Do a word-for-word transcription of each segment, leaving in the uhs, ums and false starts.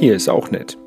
Hier ist auch nett.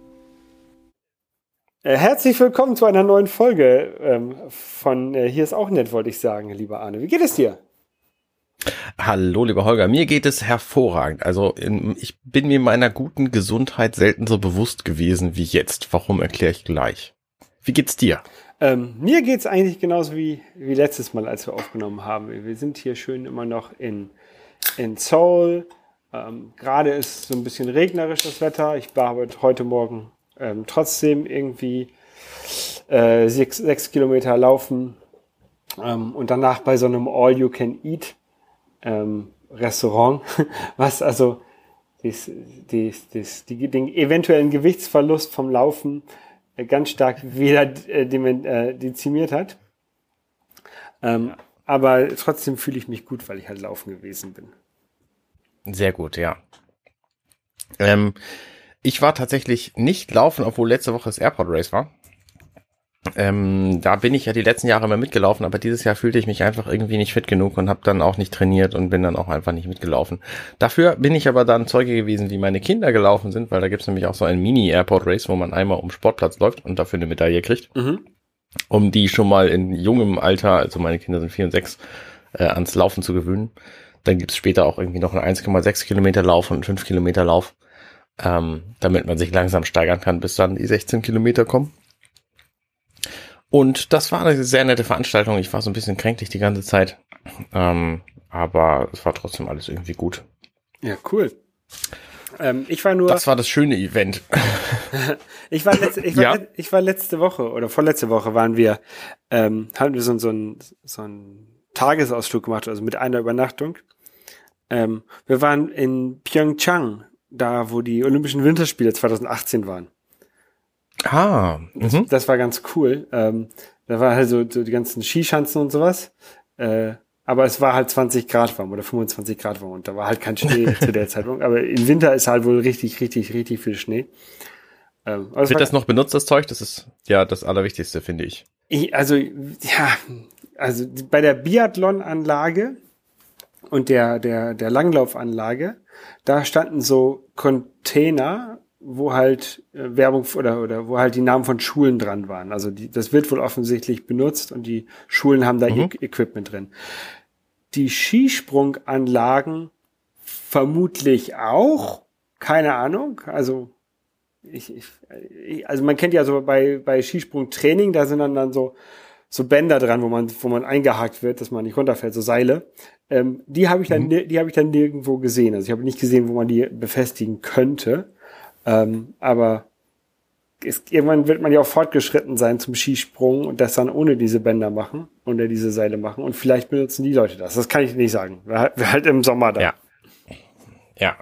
Äh, herzlich willkommen zu einer neuen Folge ähm, von äh, Hier ist auch nett, wollte ich sagen, lieber Arne. Wie geht es dir? Hallo, lieber Holger. Mir geht es hervorragend. Also in, ich bin mir meiner guten Gesundheit selten so bewusst gewesen wie jetzt. Warum, erkläre ich gleich. Wie geht's dir? Ähm, mir geht's eigentlich genauso wie, wie letztes Mal, als wir aufgenommen haben. Wir sind hier schön immer noch in, in Seoul. Ähm, gerade ist so ein bisschen regnerisch das Wetter. Ich war aber heute Morgen ähm, trotzdem irgendwie äh, sechs, sechs Kilometer laufen ähm, und danach bei so einem All-You-Can-Eat ähm, Restaurant, was also dies, dies, dies, die, den eventuellen Gewichtsverlust vom Laufen äh, ganz stark wieder äh, dem, äh, dezimiert hat. Ähm, ja. Aber trotzdem fühle ich mich gut, weil ich halt laufen gewesen bin. Sehr gut, ja. Ähm, ich war tatsächlich nicht laufen, obwohl letzte Woche das Airport Race war. Ähm, da bin ich ja die letzten Jahre immer mitgelaufen, aber dieses Jahr fühlte ich mich einfach irgendwie nicht fit genug und habe dann auch nicht trainiert und bin dann auch einfach nicht mitgelaufen. Dafür bin ich aber dann Zeuge gewesen, wie meine Kinder gelaufen sind, weil da gibt's nämlich auch so ein Mini-Airport Race, wo man einmal um Sportplatz läuft und dafür eine Medaille kriegt. Mhm. Um die schon mal in jungem Alter, also meine Kinder sind vier und sechs, äh, ans Laufen zu gewöhnen. Dann gibt's später auch irgendwie noch einen eins Komma sechs Kilometer Lauf und einen fünf Kilometer Lauf, ähm, damit man sich langsam steigern kann, bis dann die sechzehn Kilometer kommen. Und das war eine sehr nette Veranstaltung. Ich war so ein bisschen kränklich die ganze Zeit, ähm, aber es war trotzdem alles irgendwie gut. Ja, cool. Ähm, ich war nur. Das war das schöne Event. ich, war letzte, ich, war, ja? ich war letzte Woche oder vorletzte Woche waren wir, ähm, hatten wir so, so ein so ein Tagesausflug gemacht, also mit einer Übernachtung. Ähm, wir waren in Pyeongchang, da wo die Olympischen Winterspiele zwanzig achtzehn waren. Ah, das, das war ganz cool. Ähm, da war halt so, so die ganzen Skischanzen und sowas. Äh, aber es war halt zwanzig Grad warm oder fünfundzwanzig Grad warm und da war halt kein Schnee zu der Zeitpunkt. Aber im Winter ist halt wohl richtig, richtig, richtig viel Schnee. Ähm, Wird das noch benutzt, das Zeug? Das ist ja das Allerwichtigste, finde ich. ich. Also, ja, also bei der Biathlon-Anlage und der, der, der Langlaufanlage, da standen so Container, wo halt äh, Werbung oder oder wo halt die Namen von Schulen dran waren. Also die, das wird wohl offensichtlich benutzt und die Schulen haben da mhm. ihr Equipment drin. Die Skisprunganlagen vermutlich auch, keine Ahnung. Also ich, ich also man kennt ja so bei bei Skisprungtraining, da sind dann dann so so Bänder dran, wo man wo man eingehakt wird, dass man nicht runterfällt, so Seile. Ähm, die habe ich dann mhm. die habe ich dann nirgendwo gesehen. Also ich habe nicht gesehen, wo man die befestigen könnte. Ähm, aber es, irgendwann wird man ja auch fortgeschritten sein zum Skisprung und das dann ohne diese Bänder machen, ohne diese Seile machen und vielleicht benutzen die Leute das. Das kann ich nicht sagen. Wir, wir halt im Sommer da. Ja. Ja.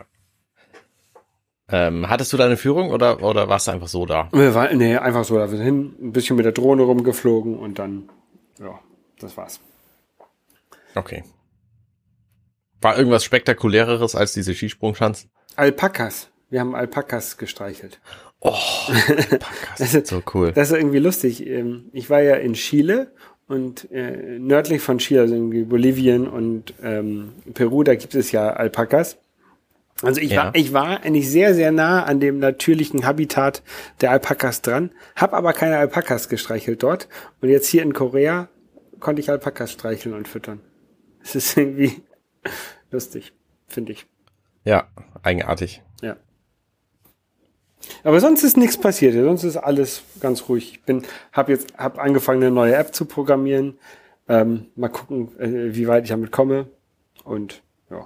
Ähm, hattest du deine Führung oder, oder warst du einfach so da? Wir waren, nee, einfach so da. Wir sind hin, ein bisschen mit der Drohne rumgeflogen und dann, ja, das war's. Okay. War irgendwas Spektakuläreres als diese Skisprungschanzen? Alpakas. Wir haben Alpakas gestreichelt. Oh, Alpakas, das ist so cool. Das ist irgendwie lustig. Ich war ja in Chile und äh, nördlich von Chile, also irgendwie Bolivien und ähm, Peru, da gibt es ja Alpakas. Also ich ja. war ich war eigentlich sehr, sehr nah an dem natürlichen Habitat der Alpakas dran, habe aber keine Alpakas gestreichelt dort. Und jetzt hier in Korea konnte ich Alpakas streicheln und füttern. Das ist irgendwie lustig, finde ich. Ja, eigenartig. Ja. Aber sonst ist nichts passiert. Sonst ist alles ganz ruhig. Ich bin, habe jetzt, habe angefangen, eine neue App zu programmieren. Ähm, mal gucken, äh, wie weit ich damit komme. Und ja,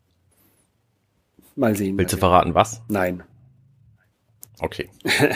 mal sehen. Willst du verraten, was? Nein. Okay.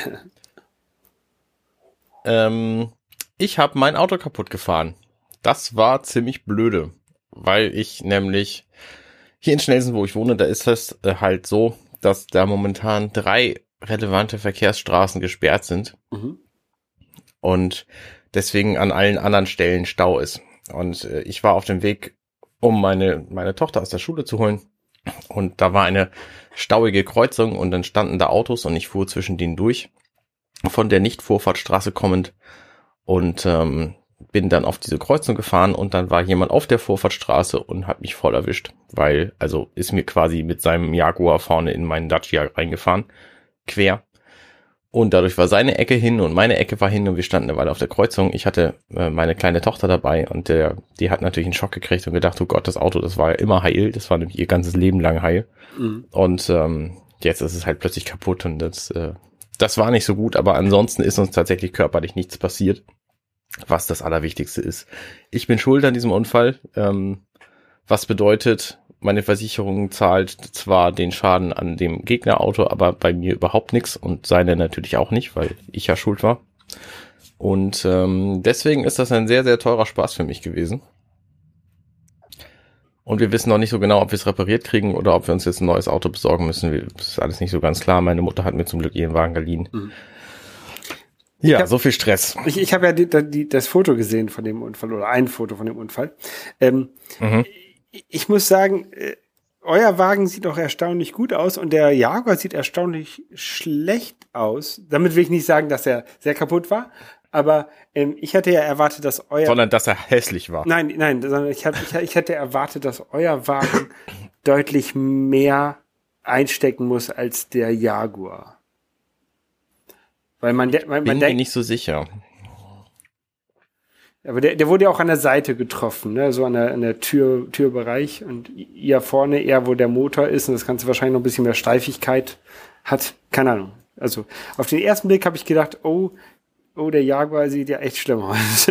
ähm, ich habe mein Auto kaputt gefahren. Das war ziemlich blöde, weil ich nämlich hier in Schnelsen, wo ich wohne, da ist es äh, halt so, dass da momentan drei relevante Verkehrsstraßen gesperrt sind mhm. und deswegen an allen anderen Stellen Stau ist. Und äh, ich war auf dem Weg, um meine meine Tochter aus der Schule zu holen und da war eine stauige Kreuzung und dann standen da Autos und ich fuhr zwischen denen durch, von der Nicht-Vorfahrtstraße kommend und ähm, bin dann auf diese Kreuzung gefahren und dann war jemand auf der Vorfahrtstraße und hat mich voll erwischt, weil, also ist mir quasi mit seinem Jaguar vorne in meinen Dacia reingefahren. quer. Und dadurch war seine Ecke hin und meine Ecke war hin und wir standen eine Weile auf der Kreuzung. Ich hatte äh, meine kleine Tochter dabei und der, die hat natürlich einen Schock gekriegt und gedacht, oh Gott, das Auto, das war ja immer heil. Das war nämlich ihr ganzes Leben lang heil. Mhm. Und ähm, jetzt ist es halt plötzlich kaputt und das, äh, das war nicht so gut. Aber ansonsten ist uns tatsächlich körperlich nichts passiert, was das Allerwichtigste ist. Ich bin schuld an diesem Unfall, ähm, was bedeutet, meine Versicherung zahlt zwar den Schaden an dem Gegnerauto, aber bei mir überhaupt nichts und seine natürlich auch nicht, weil ich ja schuld war. Und ähm, deswegen ist das ein sehr, sehr teurer Spaß für mich gewesen. Und wir wissen noch nicht so genau, ob wir es repariert kriegen oder ob wir uns jetzt ein neues Auto besorgen müssen. Das ist alles nicht so ganz klar. Meine Mutter hat mir zum Glück ihren Wagen geliehen. Mhm. Ja, hab, so viel Stress. Ich, ich habe ja die, die, das Foto gesehen von dem Unfall oder ein Foto von dem Unfall. Ähm, mhm. Ich muss sagen, äh, euer Wagen sieht auch erstaunlich gut aus und der Jaguar sieht erstaunlich schlecht aus. Damit will ich nicht sagen, dass er sehr kaputt war, aber ähm, ich hätte ja erwartet, dass euer... Sondern, dass er hässlich war. Nein, nein, sondern ich, hab, ich, ich hätte erwartet, dass euer Wagen deutlich mehr einstecken muss als der Jaguar. Weil man, man, man Bin denkt... mir nicht so sicher. Aber der, der wurde ja auch an der Seite getroffen, ne, so an der, an der Tür, Türbereich und ihr vorne eher, wo der Motor ist und das Ganze wahrscheinlich noch ein bisschen mehr Steifigkeit hat. Keine Ahnung. Also, auf den ersten Blick habe ich gedacht, oh, oh, der Jaguar sieht ja echt schlimm aus.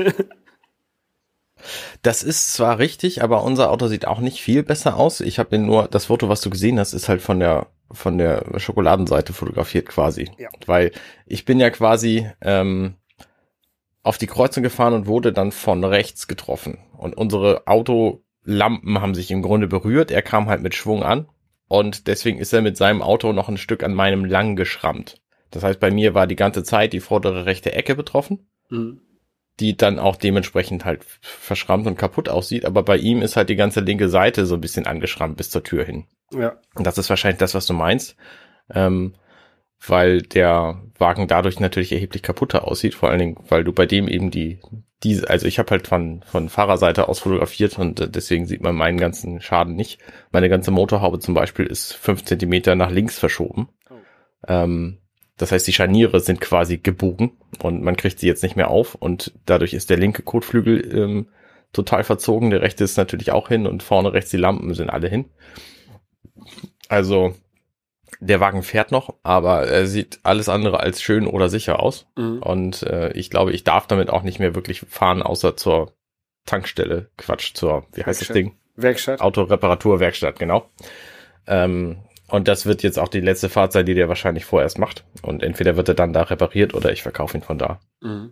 Das ist zwar richtig, aber unser Auto sieht auch nicht viel besser aus. Ich habe nur, das Foto, was du gesehen hast, ist halt von der, von der Schokoladenseite fotografiert quasi. Ja. Weil ich bin ja quasi, ähm, auf die Kreuzung gefahren und wurde dann von rechts getroffen. Und unsere Autolampen haben sich im Grunde berührt. Er kam halt mit Schwung an und deswegen ist er mit seinem Auto noch ein Stück an meinem lang geschrammt. Das heißt, bei mir war die ganze Zeit die vordere rechte Ecke betroffen, mhm. die dann auch dementsprechend halt verschrammt und kaputt aussieht. Aber bei ihm ist halt die ganze linke Seite so ein bisschen angeschrammt bis zur Tür hin. Ja. Und das ist wahrscheinlich das, was du meinst. Ähm, weil der Wagen dadurch natürlich erheblich kaputter aussieht, vor allen Dingen, weil du bei dem eben die, diese, also ich habe halt von von Fahrerseite aus fotografiert und äh, deswegen sieht man meinen ganzen Schaden nicht. Meine ganze Motorhaube zum Beispiel ist fünf Zentimeter nach links verschoben. Oh. Ähm, das heißt, die Scharniere sind quasi gebogen und man kriegt sie jetzt nicht mehr auf und dadurch ist der linke Kotflügel ähm, total verzogen, der rechte ist natürlich auch hin und vorne rechts die Lampen sind alle hin. Also der Wagen fährt noch, aber er sieht alles andere als schön oder sicher aus. Mhm. Und äh, ich glaube, ich darf damit auch nicht mehr wirklich fahren, außer zur Tankstelle. Quatsch, zur, wie heißt Werkstatt. Das Ding? Werkstatt. Autoreparaturwerkstatt, genau. Ähm, und das wird jetzt auch die letzte Fahrt sein, die der wahrscheinlich vorerst macht. Und entweder wird er dann da repariert oder ich verkaufe ihn von da. Mhm.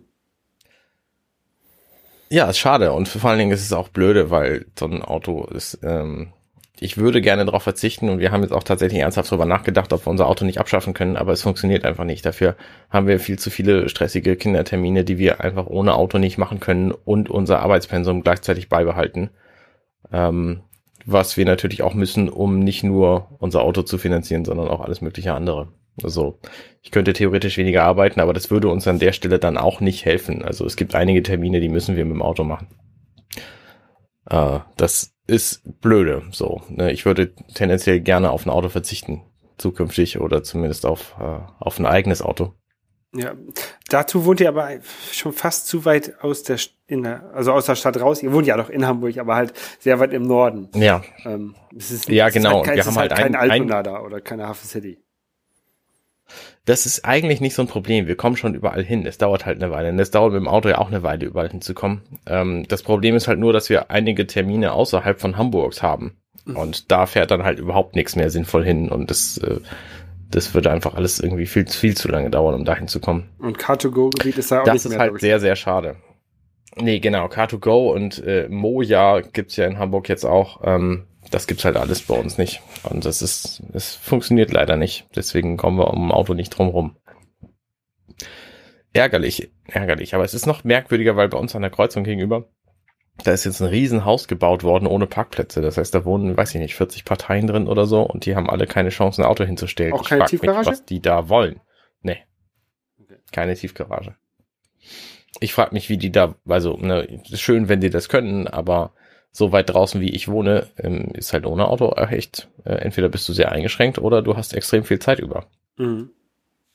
Ja, ist schade. Und vor allen Dingen ist es auch blöde, weil so ein Auto ist... Ähm, ich würde gerne darauf verzichten und wir haben jetzt auch tatsächlich ernsthaft darüber nachgedacht, ob wir unser Auto nicht abschaffen können, aber es funktioniert einfach nicht. Dafür haben wir viel zu viele stressige Kindertermine, die wir einfach ohne Auto nicht machen können und unser Arbeitspensum gleichzeitig beibehalten. Ähm, was wir natürlich auch müssen, um nicht nur unser Auto zu finanzieren, sondern auch alles mögliche andere. Also ich könnte theoretisch weniger arbeiten, aber das würde uns an der Stelle dann auch nicht helfen. Also es gibt einige Termine, die müssen wir mit dem Auto machen. Äh, das ist blöde, so. Ne? Ich würde tendenziell gerne auf ein Auto verzichten, zukünftig, oder zumindest auf, äh, auf ein eigenes Auto. Ja, dazu wohnt ihr aber schon fast zu weit aus der, in der, also aus der Stadt raus. Ihr wohnt ja noch in Hamburg, aber halt sehr weit im Norden. Ja. Ähm, es ist, ja, es genau. Ist halt, wir haben halt, halt kein ein, Altona da oder keine Hafen City. Das ist eigentlich nicht so ein Problem. Wir kommen schon überall hin. Es dauert halt eine Weile. Und es dauert mit dem Auto ja auch eine Weile, überall hinzukommen. Ähm, das Problem ist halt nur, dass wir einige Termine außerhalb von Hamburgs haben. Mhm. Und da fährt dann halt überhaupt nichts mehr sinnvoll hin. Und das, äh, das würde einfach alles irgendwie viel, viel zu lange dauern, um da hinzukommen. Und Car to Go-Gebiet ist da auch das nicht mehr. Das ist halt sehr, sehr schade. Nee, genau. Car to Go und äh, Moja gibt's ja in Hamburg jetzt auch. Ähm, Das gibt's halt alles bei uns nicht. Und das ist, es funktioniert leider nicht. Deswegen kommen wir um ein Auto nicht drum rum. Ärgerlich, ärgerlich. Aber es ist noch merkwürdiger, weil bei uns an der Kreuzung gegenüber, da ist jetzt ein Riesenhaus gebaut worden ohne Parkplätze. Das heißt, da wohnen, weiß ich nicht, vierzig Parteien drin oder so und die haben alle keine Chance, ein Auto hinzustellen. Auch keine Tiefgarage? Ich frage mich, was die da wollen. Nee. Okay. Keine Tiefgarage. Ich frage mich, wie die da, also, ne, ist schön, wenn die das können, aber so weit draußen, wie ich wohne, ist halt ohne Auto echt, entweder bist du sehr eingeschränkt oder du hast extrem viel Zeit über. Mhm.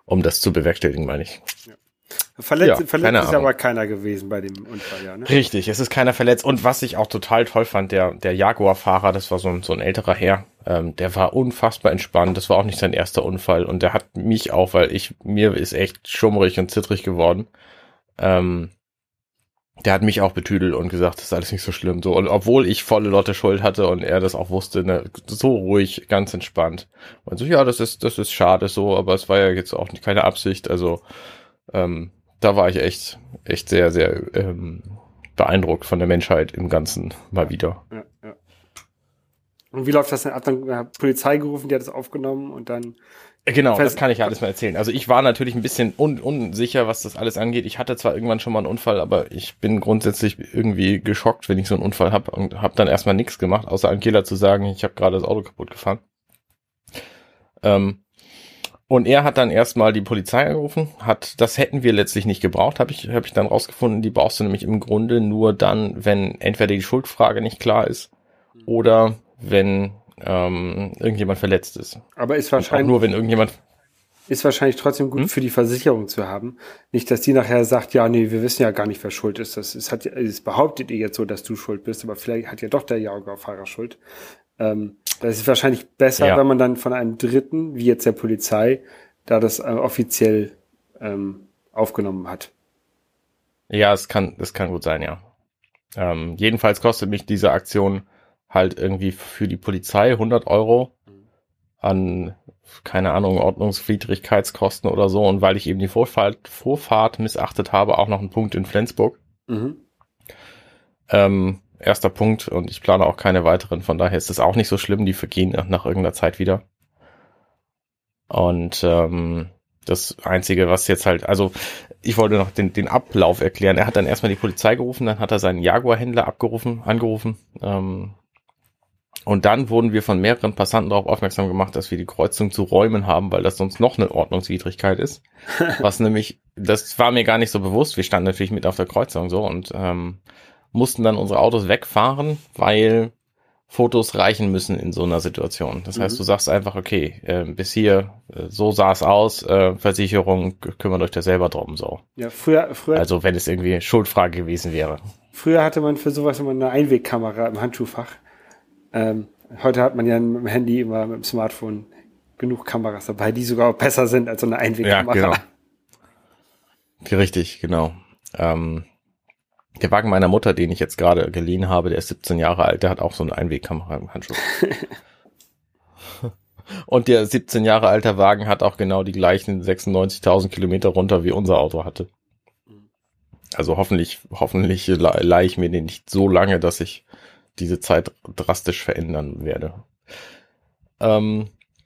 um das zu bewerkstelligen, meine ich. Ja. Verletzt, Ja, verletzt ist aber keiner gewesen bei dem Unfall, ja, ne? Richtig, es ist keiner verletzt. Und was ich auch total toll fand, der, der Jaguar-Fahrer, das war so ein, so ein älterer Herr, ähm, der war unfassbar entspannt. Das war auch nicht sein erster Unfall. Und der hat mich auch, weil ich, mir ist echt schummrig und zittrig geworden. Ähm, der hat mich auch betüdelt und gesagt, das ist alles nicht so schlimm. So, und obwohl ich volle Lotte Schuld hatte und er das auch wusste, ne, so ruhig, ganz entspannt. Und so, ja, das ist, das ist schade so, aber es war ja jetzt auch keine Absicht. Also, ähm, da war ich echt, echt sehr, sehr ähm, beeindruckt von der Menschheit im Ganzen mal wieder. Ja, ja. Und wie läuft das denn ab? Dann hat Polizei gerufen, die hat es aufgenommen und dann... Genau, das kann ich ja alles mal erzählen. Also ich war natürlich ein bisschen un- unsicher, was das alles angeht. Ich hatte zwar irgendwann schon mal einen Unfall, aber ich bin grundsätzlich irgendwie geschockt, wenn ich so einen Unfall habe und habe dann erstmal nichts gemacht, außer Angela zu sagen, ich habe gerade das Auto kaputt gefahren. Ähm, Und er hat dann erstmal die Polizei angerufen, hat, das hätten wir letztlich nicht gebraucht, habe ich, habe ich dann rausgefunden, die brauchst du nämlich im Grunde nur dann, wenn entweder die Schuldfrage nicht klar ist oder wenn ähm, irgendjemand verletzt ist. Aber ist wahrscheinlich nur, wenn irgendjemand ist wahrscheinlich trotzdem gut hm? für die Versicherung zu haben. Nicht, dass die nachher sagt, ja, nee, wir wissen ja gar nicht, wer schuld ist. Das ist, hat, es behauptet ihr jetzt so, dass du schuld bist, aber vielleicht hat ja doch der Jaguar-Fahrer Schuld. Ähm, Das ist wahrscheinlich besser, ja. wenn man dann von einem Dritten, wie jetzt der Polizei, da das äh, offiziell ähm, aufgenommen hat. Ja, es kann, es kann gut sein, ja. Ähm, jedenfalls kostet mich diese Aktion halt irgendwie für die Polizei hundert Euro an, keine Ahnung, Ordnungswidrigkeitskosten oder so. Und weil ich eben die Vorfahrt, Vorfahrt missachtet habe, auch noch einen Punkt in Flensburg. Mhm. Ähm, Erster Punkt, und ich plane auch keine weiteren, von daher ist es auch nicht so schlimm, die vergehen nach, nach irgendeiner Zeit wieder. Und ähm, das Einzige, was jetzt halt, also ich wollte noch den, den Ablauf erklären. Er hat dann erstmal die Polizei gerufen, dann hat er seinen Jaguar-Händler abgerufen, angerufen. Ähm, und dann wurden wir von mehreren Passanten darauf aufmerksam gemacht, dass wir die Kreuzung zu räumen haben, weil das sonst noch eine Ordnungswidrigkeit ist. Was nämlich, das war mir gar nicht so bewusst, wir standen natürlich mit auf der Kreuzung so und ähm, mussten dann unsere Autos wegfahren, weil Fotos reichen müssen in so einer Situation. Das mhm. heißt, du sagst einfach, okay, äh, bis hier, äh, so sah es aus, äh, Versicherung, kümmert euch da selber drum, so. Ja, früher, früher. Also, wenn es irgendwie Schuldfrage gewesen wäre. Früher hatte man für sowas immer eine Einwegkamera im Handschuhfach. Ähm, heute hat man ja mit dem Handy immer mit dem Smartphone genug Kameras dabei, die sogar auch besser sind als so eine Einwegkamera. Ja, genau. Richtig, genau. Ähm, Der Wagen meiner Mutter, den ich jetzt gerade geliehen habe, der ist siebzehn Jahre alt, der hat auch so eine Einwegkamera im Handschuh. Und der siebzehn Jahre alte Wagen hat auch genau die gleichen sechsundneunzigtausend Kilometer runter, wie unser Auto hatte. Also hoffentlich, hoffentlich leihe ich mir den nicht so lange, dass ich diese Zeit drastisch verändern werde. Ähm,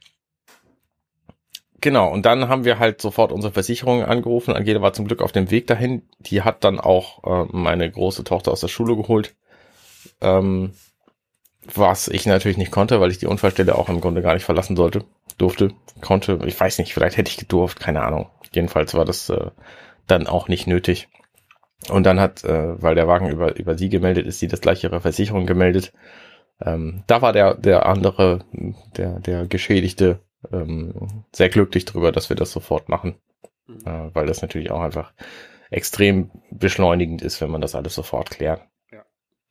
Genau, und dann haben wir halt sofort unsere Versicherung angerufen. Angela war zum Glück auf dem Weg dahin. Die hat dann auch äh, meine große Tochter aus der Schule geholt. Ähm, was ich natürlich nicht konnte, weil ich die Unfallstelle auch im Grunde gar nicht verlassen sollte, durfte, konnte. Ich weiß nicht, vielleicht hätte ich gedurft, keine Ahnung. Jedenfalls war das äh, dann auch nicht nötig. Und dann hat, äh, weil der Wagen über über sie gemeldet ist, sie das gleich ihrer Versicherung gemeldet. Ähm, da war der der andere, der der Geschädigte, Ähm, sehr glücklich drüber, dass wir das sofort machen, mhm. äh, weil das natürlich auch einfach extrem beschleunigend ist, wenn man das alles sofort klärt. Ja.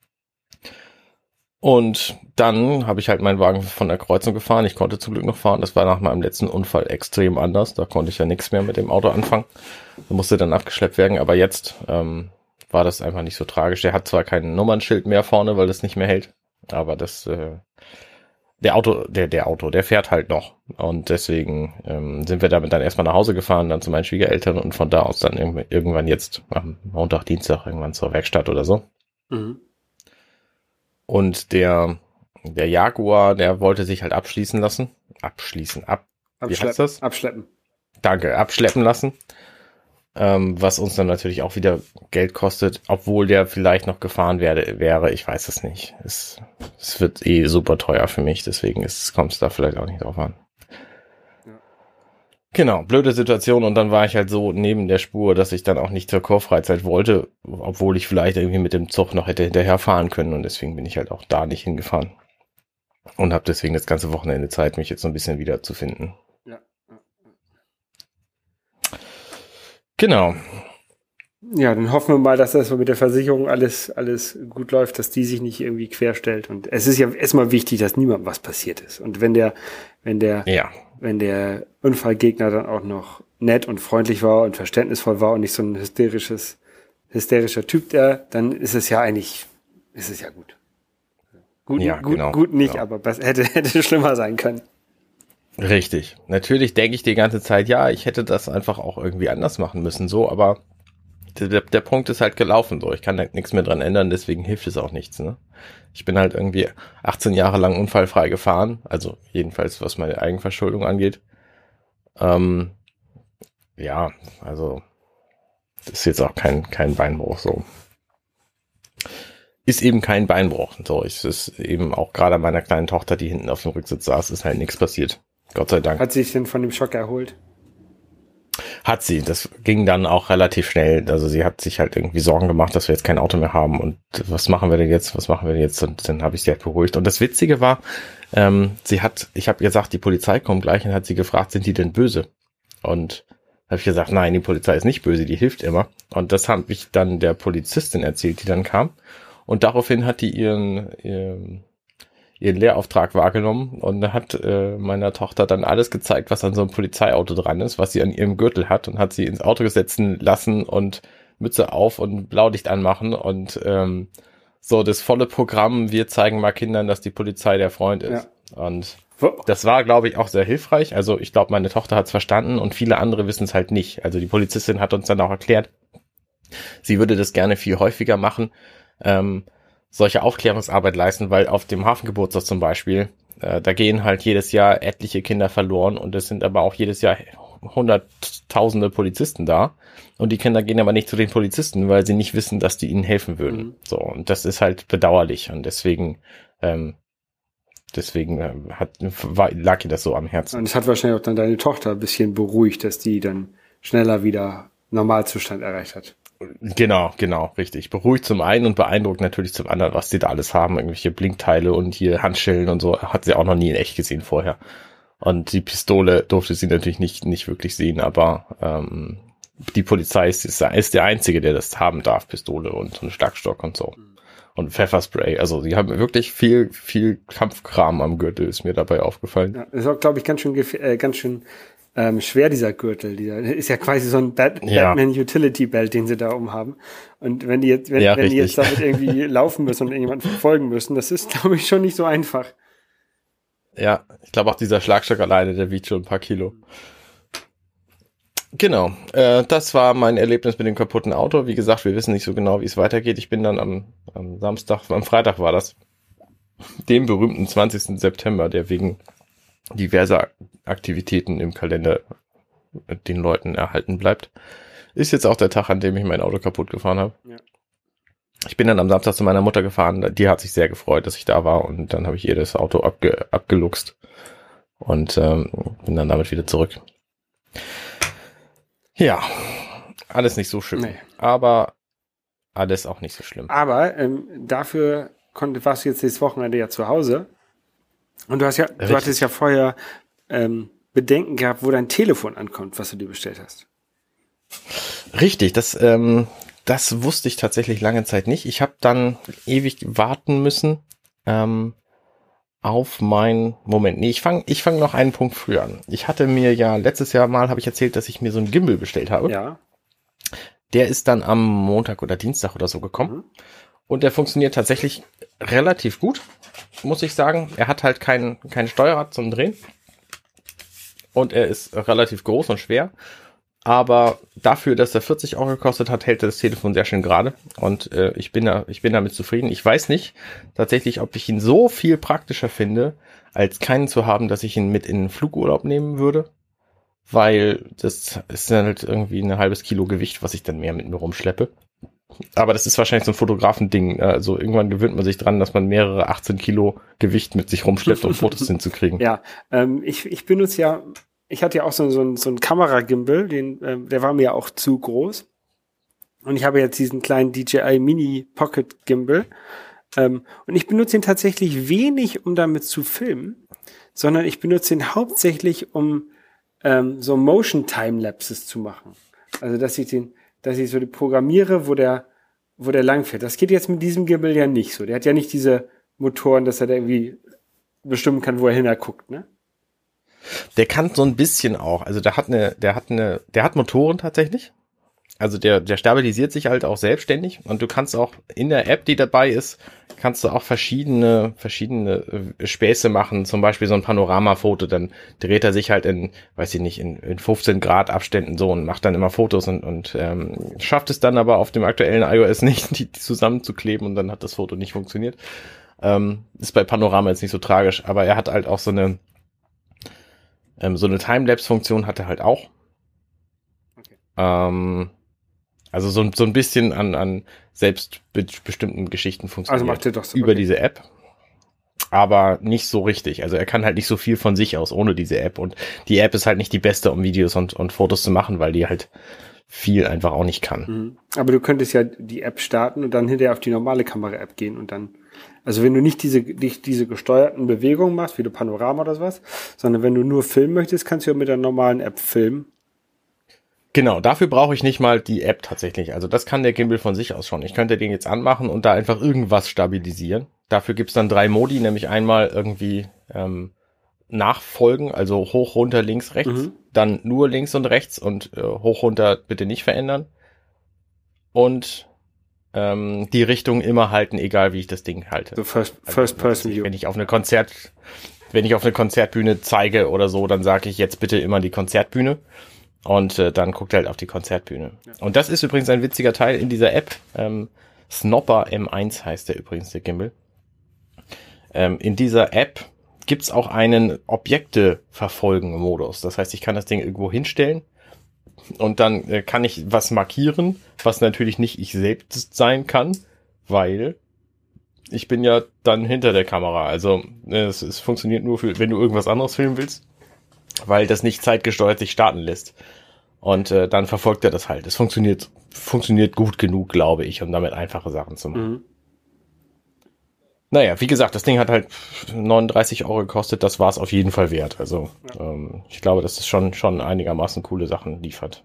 Und dann habe ich halt meinen Wagen von der Kreuzung gefahren. Ich konnte zum Glück noch fahren. Das war nach meinem letzten Unfall extrem anders. Da konnte ich ja nichts mehr mit dem Auto anfangen. Da musste dann abgeschleppt werden, aber jetzt ähm, war das einfach nicht so tragisch. Der hat zwar kein Nummernschild mehr vorne, weil das nicht mehr hält, aber das äh, Der Auto, der, der Auto, der fährt halt noch. Und deswegen ähm, sind wir damit dann erstmal nach Hause gefahren, dann zu meinen Schwiegereltern und von da aus dann irgendwann, irgendwann jetzt am Montag, Dienstag irgendwann zur Werkstatt oder so. Mhm. Und der, der Jaguar, der wollte sich halt abschließen lassen. Abschließen, ab, wie heißt das? Abschleppen. Danke, abschleppen lassen. Ähm, was uns dann natürlich auch wieder Geld kostet, obwohl der vielleicht noch gefahren werde, wäre, ich weiß es nicht. Es, es wird eh super teuer für mich, deswegen kommt es da vielleicht auch nicht drauf an. Ja. Genau, blöde Situation und dann war ich halt so neben der Spur, dass ich dann auch nicht zur Kurfreizeit wollte, obwohl ich vielleicht irgendwie mit dem Zug noch hätte hinterher fahren können und deswegen bin ich halt auch da nicht hingefahren. Und habe deswegen das ganze Wochenende Zeit, mich jetzt so ein bisschen wieder zu finden. Ja. Genau. Ja, dann hoffen wir mal, dass das mit der Versicherung alles, alles gut läuft, dass die sich nicht irgendwie querstellt. Und es ist ja erstmal wichtig, dass niemandem was passiert ist. Und wenn der, wenn der, Ja. wenn der Unfallgegner dann auch noch nett und freundlich war und verständnisvoll war und nicht so ein hysterisches, hysterischer Typ, der, dann ist es ja eigentlich, ist es ja gut. Gut, Ja, gut, genau, gut nicht, genau. aber es hätte, hätte schlimmer sein können. Richtig. Natürlich denke ich die ganze Zeit, ja, ich hätte das einfach auch irgendwie anders machen müssen, so, aber der, der Punkt ist halt gelaufen, so. Ich kann halt nichts mehr dran ändern, deswegen hilft es auch nichts, ne? Ich bin halt irgendwie achtzehn Jahre lang unfallfrei gefahren, also jedenfalls was meine Eigenverschuldung angeht. Ähm, ja, also das ist jetzt auch kein, kein Beinbruch, so. Ist eben kein Beinbruch, so. Es ist eben auch gerade meiner kleinen Tochter, die hinten auf dem Rücksitz saß, ist halt nichts passiert. Gott sei Dank. Hat sich denn von dem Schock erholt? Hat sie. Das ging dann auch relativ schnell. Also sie hat sich halt irgendwie Sorgen gemacht, dass wir jetzt kein Auto mehr haben und was machen wir denn jetzt, was machen wir denn jetzt? Und dann habe ich sie halt beruhigt. Und das Witzige war, ähm, sie hat, ich habe gesagt, die Polizei kommt gleich und hat sie gefragt, sind die denn böse? Und habe ich gesagt, nein, die Polizei ist nicht böse, die hilft immer. Und das habe ich dann der Polizistin erzählt, die dann kam. Und daraufhin hat die ihren, ihren ihren Lehrauftrag wahrgenommen und hat äh, meiner Tochter dann alles gezeigt, was an so einem Polizeiauto dran ist, was sie an ihrem Gürtel hat und hat sie ins Auto setzen lassen und Mütze auf und Blaulicht anmachen und ähm, so das volle Programm, wir zeigen mal Kindern, dass die Polizei der Freund ist. Ja. Und das war, glaube ich, auch sehr hilfreich. Also ich glaube, meine Tochter hat es verstanden und viele andere wissen es halt nicht. Also die Polizistin hat uns dann auch erklärt, sie würde das gerne viel häufiger machen, ähm, solche Aufklärungsarbeit leisten, weil auf dem Hafengeburtstag zum Beispiel, äh, da gehen halt jedes Jahr etliche Kinder verloren und es sind aber auch jedes Jahr hunderttausende Polizisten da und die Kinder gehen aber nicht zu den Polizisten, weil sie nicht wissen, dass die ihnen helfen würden. Mhm. So, und das ist halt bedauerlich und deswegen ähm, deswegen äh, hat, war, lag ihr das so am Herzen. Und es hat wahrscheinlich auch dann deine Tochter ein bisschen beruhigt, dass die dann schneller wieder Normalzustand erreicht hat. Genau, genau, richtig. Beruhigt zum einen und beeindruckt natürlich zum anderen, was die da alles haben. Irgendwelche Blinkteile und hier Handschellen und so. Hat sie auch noch nie in echt gesehen vorher. Und die Pistole durfte sie natürlich nicht nicht wirklich sehen, aber ähm, die Polizei ist, ist der Einzige, der das haben darf, Pistole und so einen Schlagstock und so. Und Pfefferspray. Also die haben wirklich viel, viel Kampfkram am Gürtel, ist mir dabei aufgefallen. Ja, ist auch, glaube ich, ganz schön, äh, ganz schön Ähm, schwer, dieser Gürtel, dieser ist ja quasi so ein Bat- ja. Batman Utility Belt, den sie da oben haben. Und wenn die jetzt, wenn, ja, wenn die jetzt damit irgendwie laufen müssen und irgendjemanden verfolgen müssen, das ist, glaube ich, schon nicht so einfach. Ja, ich glaube auch dieser Schlagstock alleine, der wiegt schon ein paar Kilo. Genau, äh, das war mein Erlebnis mit dem kaputten Auto. Wie gesagt, wir wissen nicht so genau, wie es weitergeht. Ich bin dann am, am Samstag, am Freitag war das, dem berühmten zwanzigsten September, der wegen diverser Aktivitäten im Kalender den Leuten erhalten bleibt. Ist jetzt auch der Tag, an dem ich mein Auto kaputt gefahren habe. Ja. Ich bin dann am Samstag zu meiner Mutter gefahren. Die hat sich sehr gefreut, dass ich da war. Und dann habe ich ihr das Auto abge- abgeluchst und ähm, bin dann damit wieder zurück. Ja, alles nicht so schön. Nee. Aber alles auch nicht so schlimm. Aber ähm, dafür konnte, warst du jetzt dieses Wochenende ja zu Hause. Und du hast ja, Richtig. du hattest ja vorher ähm, Bedenken gehabt, wo dein Telefon ankommt, was du dir bestellt hast. Richtig, das, ähm, das wusste ich tatsächlich lange Zeit nicht. Ich habe dann ewig warten müssen ähm, auf mein Moment. Nee, ich fange ich fang noch einen Punkt früher an. Ich hatte mir ja letztes Jahr mal, habe ich erzählt, dass ich mir so einen Gimbal bestellt habe. Ja. Der ist dann am Montag oder Dienstag oder so gekommen. Mhm. Und der funktioniert tatsächlich relativ gut, muss ich sagen. Er hat halt kein, kein Steuerrad zum Drehen. Und er ist relativ groß und schwer. Aber dafür, dass er vierzig Euro gekostet hat, hält das Telefon sehr schön gerade. Und äh, ich bin da, ich bin damit zufrieden. Ich weiß nicht tatsächlich, ob ich ihn so viel praktischer finde, als keinen zu haben, dass ich ihn mit in den Flugurlaub nehmen würde. Weil das ist dann halt irgendwie ein halbes Kilo Gewicht, was ich dann mehr mit mir rumschleppe. Aber das ist wahrscheinlich so ein Fotografending. Also irgendwann gewöhnt man sich dran, dass man mehrere achtzehn Kilo Gewicht mit sich rumschleppt, um Fotos hinzukriegen. Ja, ähm, ich, ich benutze ja, ich hatte ja auch so, so ein, so ein Kameragimbal, den, ähm, der war mir ja auch zu groß. Und ich habe jetzt diesen kleinen D J I Mini Pocket Gimbal. Ähm, und ich benutze ihn tatsächlich wenig, um damit zu filmen, sondern ich benutze ihn hauptsächlich, um ähm, so Motion Timelapses zu machen. Also, dass ich den, dass ich so die programmiere, wo der, wo der langfährt. Das geht jetzt mit diesem Gimbal ja nicht so. Der hat ja nicht diese Motoren, dass er da irgendwie bestimmen kann, wo er hinguckt, ne? Der kann so ein bisschen auch. Also der hat eine, der hat eine, der hat Motoren tatsächlich. Also der, der stabilisiert sich halt auch selbstständig und du kannst auch in der App, die dabei ist, kannst du auch verschiedene, verschiedene Späße machen. Zum Beispiel so ein Panoramafoto, dann dreht er sich halt in, weiß ich nicht, in, in fünfzehn Grad Abständen so und macht dann immer Fotos und, und ähm, schafft es dann aber auf dem aktuellen iOS nicht, die, die zusammenzukleben und dann hat das Foto nicht funktioniert. Ähm, ist bei Panorama jetzt nicht so tragisch, aber er hat halt auch so eine, ähm, so eine Timelapse-Funktion hat er halt auch. Okay. Ähm, Also so, so ein bisschen an, an selbstbestimmten Geschichten funktioniert. Also macht er doch so. Über Okay. diese App. Aber nicht so richtig. Also er kann halt nicht so viel von sich aus ohne diese App. Und die App ist halt nicht die beste, um Videos und, und Fotos zu machen, weil die halt viel einfach auch nicht kann. Mhm. Aber du könntest ja die App starten und dann hinterher auf die normale Kamera-App gehen und dann, also wenn du nicht diese, nicht diese gesteuerten Bewegungen machst, wie du Panorama oder sowas, sondern wenn du nur filmen möchtest, kannst du ja mit der normalen App filmen. Genau, dafür brauche ich nicht mal die App tatsächlich. Also das kann der Gimbal von sich aus schon. Ich könnte den jetzt anmachen und da einfach irgendwas stabilisieren. Dafür gibt's dann drei Modi, nämlich einmal irgendwie ähm, nachfolgen, also hoch, runter, links, rechts. Mhm. Dann nur links und rechts und äh, hoch, runter bitte nicht verändern. Und ähm, die Richtung immer halten, egal wie ich das Ding halte. So First, Also, First Person View. Wenn ich auf eine Konzert, wenn ich auf eine Konzertbühne zeige oder so, dann sage ich jetzt bitte immer die Konzertbühne. Und äh, dann guckt er halt auf die Konzertbühne. Ja. Und das ist übrigens ein witziger Teil in dieser App. Ähm, Snopper M eins heißt der übrigens, der Gimbal. Ähm, in dieser App gibt's auch einen Objekte-Verfolgen-Modus. Das heißt, ich kann das Ding irgendwo hinstellen und dann äh, kann ich was markieren, was natürlich nicht ich selbst sein kann, weil ich bin ja dann hinter der Kamera. Also äh, es, es funktioniert nur, für, wenn du irgendwas anderes filmen willst, weil das nicht zeitgesteuert sich starten lässt. Und äh, dann verfolgt er das halt. Es funktioniert funktioniert gut genug, glaube ich, um damit einfache Sachen zu machen. Mhm. Naja, wie gesagt, das Ding hat halt neununddreißig Euro gekostet. Das war es auf jeden Fall wert. Also ja. ähm, ich glaube, dass es schon schon einigermaßen coole Sachen liefert.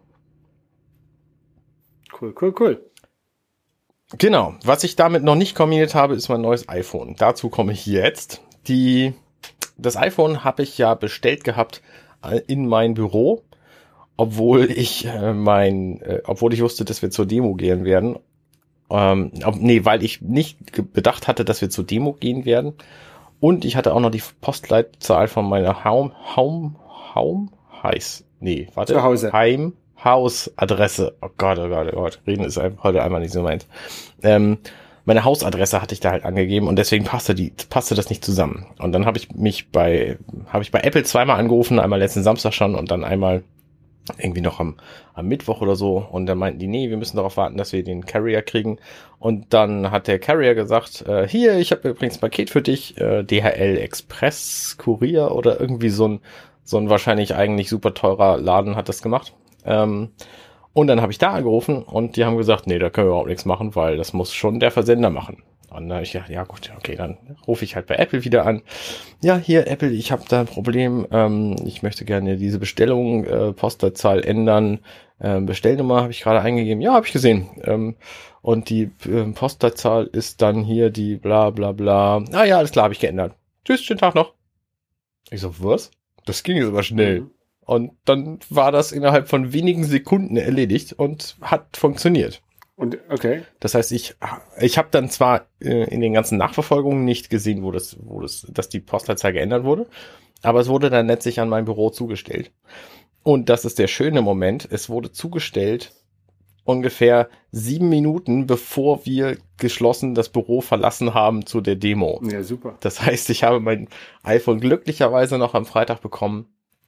Cool, cool, cool. Genau. Was ich damit noch nicht kombiniert habe, ist mein neues iPhone. Dazu komme ich jetzt. Die Das iPhone habe ich ja bestellt gehabt in mein Büro, obwohl ich äh, mein, äh, obwohl ich wusste, dass wir zur Demo gehen werden. Ähm, ob, nee, weil ich nicht bedacht hatte, dass wir zur Demo gehen werden. Und ich hatte auch noch die Postleitzahl von meiner Home, Home, Home, heiß, nee, warte. Zu Hause. Heim, Hausadresse. Oh Gott, oh Gott, oh Gott. Reden ist einfach heute einmal nicht so meins. Ähm, Meine Hausadresse hatte ich da halt angegeben und deswegen passte die, passte das nicht zusammen. Und dann habe ich mich bei, habe ich bei Apple zweimal angerufen, einmal letzten Samstag schon und dann einmal irgendwie noch am, am Mittwoch oder so. Und dann meinten die, nee, wir müssen darauf warten, dass wir den Carrier kriegen. Und dann hat der Carrier gesagt, äh, hier, ich habe übrigens ein Paket für dich, äh, D H L Express Kurier oder irgendwie so ein, so ein wahrscheinlich eigentlich super teurer Laden hat das gemacht. Ähm, Und dann habe ich da angerufen und die haben gesagt, nee, da können wir überhaupt nichts machen, weil das muss schon der Versender machen. Und dann habe ich gedacht, ja gut, okay, dann rufe ich halt bei Apple wieder an. Ja, hier Apple, ich habe da ein Problem. Ähm, ich möchte gerne diese Bestellung, äh, Postleitzahl ändern. Ähm, Bestellnummer habe ich gerade eingegeben. Ja, habe ich gesehen. Ähm, und die äh, Postleitzahl ist dann hier die bla bla bla. Ah ja, alles klar, habe ich geändert. Tschüss, schönen Tag noch. Ich so, was? Das ging jetzt aber schnell. Mhm. Und dann war das innerhalb von wenigen Sekunden erledigt und hat funktioniert. Und okay. Das heißt, ich ich habe dann zwar äh, in den ganzen Nachverfolgungen nicht gesehen, wo das wo das dass die Postleitzahl geändert wurde, aber es wurde dann letztlich an mein Büro zugestellt. Und das ist der schöne Moment, es wurde zugestellt ungefähr sieben Minuten, bevor wir geschlossen das Büro verlassen haben zu der Demo. Ja, super. Das heißt, ich habe mein iPhone glücklicherweise noch am Freitag bekommen.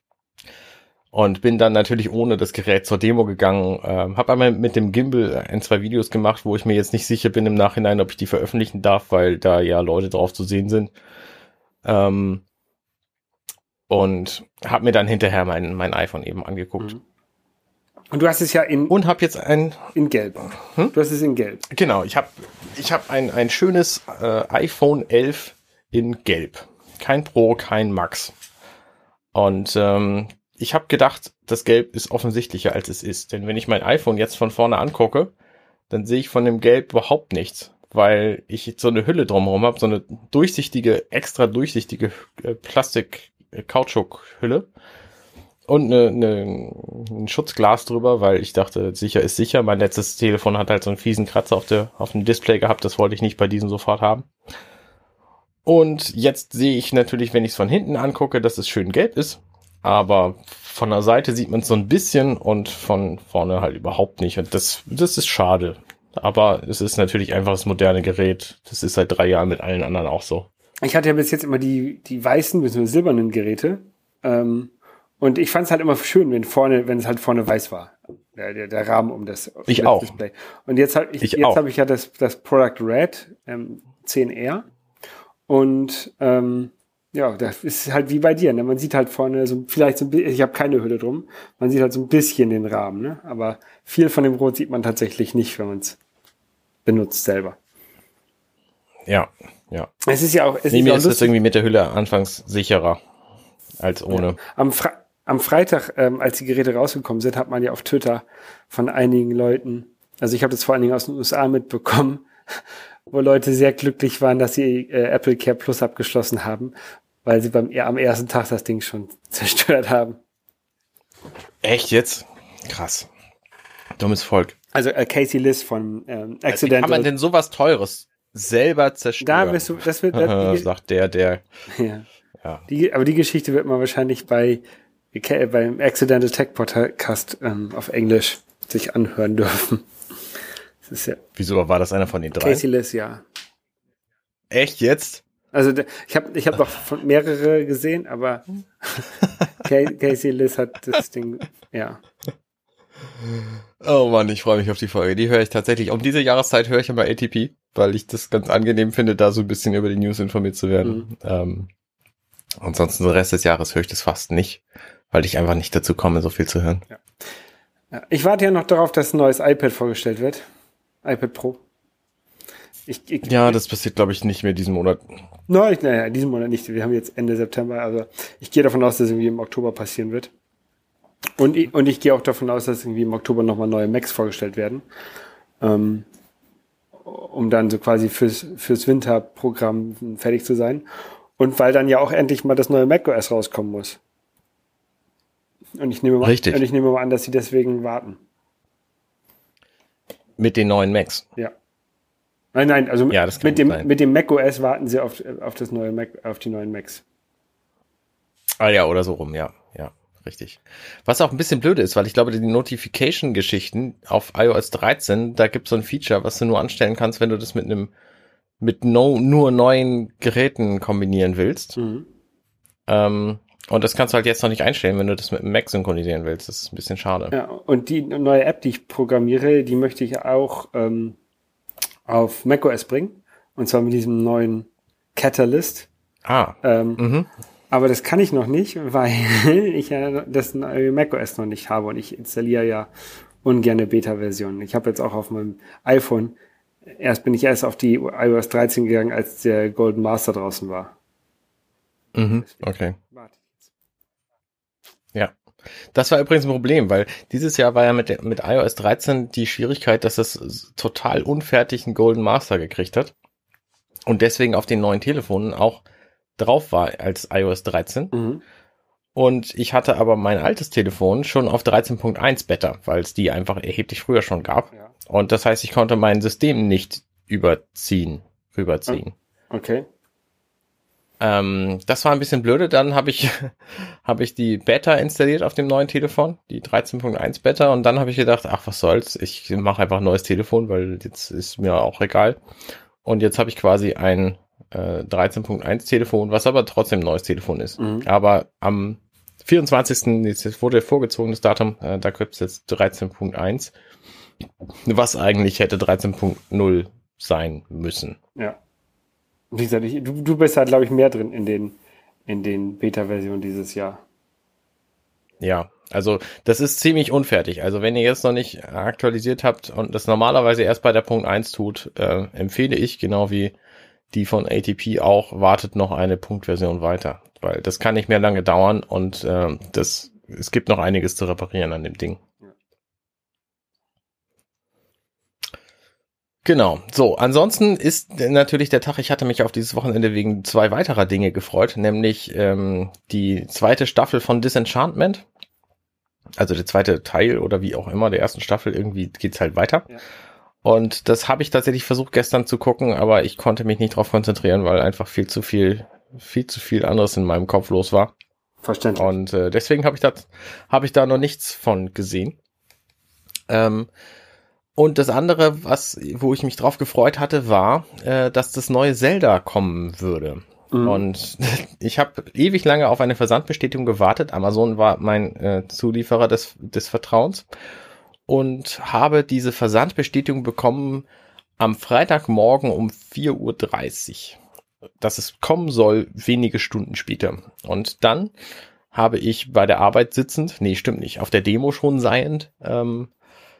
Und bin dann natürlich ohne das Gerät zur Demo gegangen. Ähm, habe einmal mit dem Gimbal ein, zwei Videos gemacht, wo ich mir jetzt nicht sicher bin im Nachhinein, ob ich die veröffentlichen darf, weil da ja Leute drauf zu sehen sind. Ähm, und habe mir dann hinterher mein, mein iPhone eben angeguckt. Mhm. Und du hast es ja in... Und habe jetzt ein... In Gelb. Hm? Du hast es in Gelb. Genau, ich habe ich hab ein, ein schönes äh, iPhone elf in Gelb. Kein Pro, kein Max. Und... Ähm, ich habe gedacht, das Gelb ist offensichtlicher, als es ist. Denn wenn ich mein iPhone jetzt von vorne angucke, dann sehe ich von dem Gelb überhaupt nichts, weil ich jetzt so eine Hülle drumherum habe, so eine durchsichtige, extra durchsichtige äh, Plastik-Kautschuk-Hülle und eine, eine, ein Schutzglas drüber, weil ich dachte, sicher ist sicher. Mein letztes Telefon hat halt so einen fiesen Kratzer auf, der, auf dem Display gehabt, das wollte ich nicht bei diesem sofort haben. Und jetzt sehe ich natürlich, wenn ich es von hinten angucke, dass es schön gelb ist, aber von der Seite sieht man es so ein bisschen und von vorne halt überhaupt nicht. Und das, das ist schade. Aber es ist natürlich einfach das moderne Gerät. Das ist seit drei Jahren mit allen anderen auch so. Ich hatte ja bis jetzt immer die, die weißen bzw. silbernen Geräte. Ähm, und ich fand es halt immer schön, wenn vorne, wenn es halt vorne weiß war. Der, der, der Rahmen um das, um ich das auch. Display. Und jetzt habe ich, ich jetzt habe ich ja das, das Product Red ähm, zehn R. Und ähm, ja, das ist halt wie bei dir. Ne? Man sieht halt vorne so vielleicht so ein bisschen, ich habe keine Hülle drum, man sieht halt so ein bisschen den Rahmen, ne? Aber viel von dem Rot sieht man tatsächlich nicht, wenn man es benutzt selber. Ja, ja. Es ist ja auch. Es nee, ist mir auch ist das irgendwie mit der Hülle anfangs sicherer als ohne. Ja. Am, Fre- am Freitag, ähm, als die Geräte rausgekommen sind, hat man ja auf Twitter von einigen Leuten, also ich habe das vor allen Dingen aus den U S A mitbekommen, wo Leute sehr glücklich waren, dass sie äh, Apple Care Plus abgeschlossen haben, weil sie beim am ersten Tag das Ding schon zerstört haben. Echt jetzt? Krass. Dummes Volk. Also äh, Casey Liss von ähm, Also Accidental. wie kann man denn sowas Teures selber zerstören? Da wirst du, das wird, das, die, sagt der, der. ja. Ja. Die, aber die Geschichte wird man wahrscheinlich bei äh, beim Accidental Tech Podcast ähm, auf Englisch sich anhören dürfen. Das ist ja. Wieso war das einer von den drei? Casey Liss, ja. Echt jetzt? Also ich habe ich hab noch von mehrere gesehen, aber Casey Liss hat das Ding, ja. Oh Mann, ich freue mich auf die Folge. Die höre ich tatsächlich. Um diese Jahreszeit höre ich immer A T P, weil ich das ganz angenehm finde, da so ein bisschen über die News informiert zu werden. Mhm. Ähm, ansonsten den Rest des Jahres höre ich das fast nicht, weil ich einfach nicht dazu komme, so viel zu hören. Ja. Ja, ich warte ja noch darauf, dass ein neues iPad vorgestellt wird. iPad Pro. Ich, ich, ja, das passiert, glaube ich, nicht mehr diesen Monat. Nein, no, naja, diesen Monat nicht. Wir haben jetzt Ende September, also ich gehe davon aus, dass es irgendwie im Oktober passieren wird. Und ich, und ich gehe auch davon aus, dass irgendwie im Oktober nochmal neue Macs vorgestellt werden. Ähm, um dann so quasi fürs, fürs Winterprogramm fertig zu sein. Und weil dann ja auch endlich mal das neue macOS rauskommen muss. Und ich nehme mal, Richtig. Und ich nehme mal an, dass sie deswegen warten. Mit den neuen Macs? Ja. Nein, nein, also ja, das mit dem, sein. mit dem macOS warten sie auf, auf das neue Mac, auf die neuen Macs. Ah ja, oder so rum, ja, ja, richtig. Was auch ein bisschen blöd ist, weil ich glaube, die Notification-Geschichten auf i O S dreizehn, da gibt es so ein Feature, was du nur anstellen kannst, wenn du das mit einem, mit no, nur neuen Geräten kombinieren willst. Mhm. Ähm, und das kannst du halt jetzt noch nicht einstellen, wenn du das mit dem Mac synchronisieren willst. Das ist ein bisschen schade. Ja, und die neue App, die ich programmiere, die möchte ich auch ähm, auf macOS bringen. Und zwar mit diesem neuen Catalyst. Ah. Ähm, mhm. Aber das kann ich noch nicht, weil ich ja das neue macOS noch nicht habe. Und ich installiere ja ungerne Beta-Versionen. Ich habe jetzt auch auf meinem iPhone, erst bin ich erst auf die i O S dreizehn gegangen, als der Golden Master draußen war. Mhm. Okay. Ja. Das war übrigens ein Problem, weil dieses Jahr war ja mit, der, mit i O S dreizehn die Schwierigkeit, dass es total unfertig einen Golden Master gekriegt hat und deswegen auf den neuen Telefonen auch drauf war als i O S dreizehn. Mhm. Und ich hatte aber mein altes Telefon schon auf dreizehn Punkt eins Beta, weil es die einfach erheblich früher schon gab. Ja. Und das heißt, ich konnte mein System nicht überziehen, rüberziehen. Okay. Ähm, das war ein bisschen blöde. Dann habe ich habe ich die Beta installiert auf dem neuen Telefon, die dreizehn Punkt eins Beta. Und dann habe ich gedacht, ach, was soll's, ich mache einfach ein neues Telefon, weil jetzt ist mir auch egal. Und jetzt habe ich quasi ein äh, dreizehn Punkt eins Telefon, was aber trotzdem ein neues Telefon ist. Mhm. Aber am vierundzwanzigsten Jetzt wurde vorgezogen, das Datum, äh, da gibt es jetzt dreizehn Punkt eins, was eigentlich hätte dreizehn Punkt null sein müssen. Ja. Wie gesagt, ich, du, du bist halt, glaube ich, mehr drin in den, in den Beta-Versionen dieses Jahr. Ja, also das ist ziemlich unfertig. Also wenn ihr jetzt noch nicht aktualisiert habt und das normalerweise erst bei der Punkt eins tut, äh, empfehle ich, genau wie die von A T P auch, wartet noch eine Punktversion weiter. Weil das kann nicht mehr lange dauern und äh, das es gibt noch einiges zu reparieren an dem Ding. Ja. Genau, so, ansonsten ist natürlich der Tag, ich hatte mich auf dieses Wochenende wegen zwei weiterer Dinge gefreut, nämlich ähm, die zweite Staffel von Disenchantment, also der zweite Teil oder wie auch immer, der ersten Staffel, irgendwie geht's halt weiter. Ja. Und das habe ich tatsächlich versucht gestern zu gucken, aber ich konnte mich nicht drauf konzentrieren, weil einfach viel zu viel, viel zu viel anderes in meinem Kopf los war. Verständlich. Und äh, deswegen habe ich da, habe ich da noch nichts von gesehen. Ähm, Und das andere, was, wo ich mich drauf gefreut hatte, war, äh, dass das neue Zelda kommen würde. Mhm. Und ich habe ewig lange auf eine Versandbestätigung gewartet. Amazon war mein äh, Zulieferer des, des Vertrauens. Und habe diese Versandbestätigung bekommen am Freitagmorgen um vier Uhr dreißig. Dass es kommen soll, wenige Stunden später. Und dann habe ich bei der Arbeit sitzend, nee, stimmt nicht, auf der Demo schon seiend, ähm,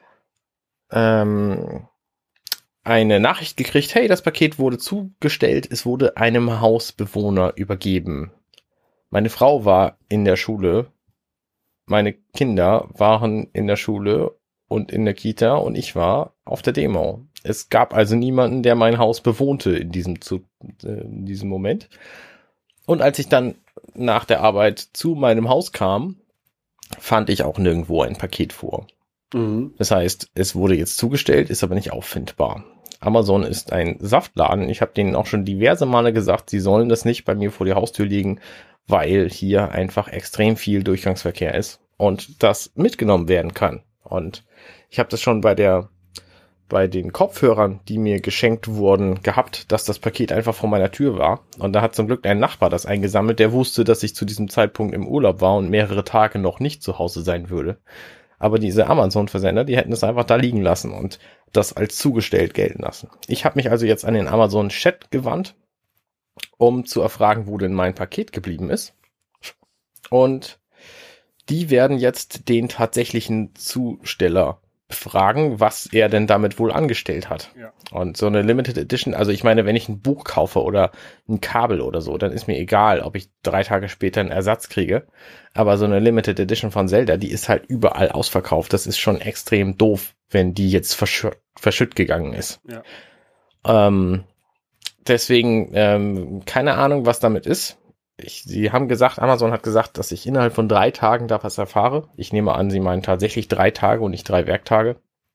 Ähm, eine Nachricht gekriegt, hey, das Paket wurde zugestellt, es wurde einem Hausbewohner übergeben. Meine Frau war in der Schule, meine Kinder waren in der Schule und in der Kita und ich war auf der Demo. Es gab also niemanden, der mein Haus bewohnte in diesem, zu, äh, in diesem Moment. Und als ich dann nach der Arbeit zu meinem Haus kam, fand ich auch nirgendwo ein Paket vor. Das heißt, es wurde jetzt zugestellt, ist aber nicht auffindbar. Amazon ist ein Saftladen. Ich habe denen auch schon diverse Male gesagt, sie sollen das nicht bei mir vor die Haustür legen, weil hier einfach extrem viel Durchgangsverkehr ist und das mitgenommen werden kann. Und ich habe das schon bei der bei den Kopfhörern, die mir geschenkt wurden, gehabt, dass das Paket einfach vor meiner Tür war. Und da hat zum Glück ein Nachbar das eingesammelt, der wusste, dass ich zu diesem Zeitpunkt im Urlaub war und mehrere Tage noch nicht zu Hause sein würde. Aber diese Amazon-Versender, die hätten es einfach da liegen lassen und das als zugestellt gelten lassen. Ich habe mich also jetzt an den Amazon-Chat gewandt, um zu erfragen, wo denn mein Paket geblieben ist. Und die werden jetzt den tatsächlichen Zusteller befragen, was er denn damit wohl angestellt hat. Ja. Und so eine Limited Edition, also ich meine, wenn ich ein Buch kaufe oder ein Kabel oder so, dann ist mir egal, ob ich drei Tage später einen Ersatz kriege. Aber so eine Limited Edition von Zelda, die ist halt überall ausverkauft. Das ist schon extrem doof, wenn die jetzt verschütt, verschütt gegangen ist. Ja. Ähm, deswegen, ähm, keine Ahnung, was damit ist. Ich, sie haben gesagt, Amazon hat gesagt, dass ich innerhalb von drei Tagen da was erfahre. Ich nehme an, sie meinen tatsächlich drei Tage und nicht drei Werktage.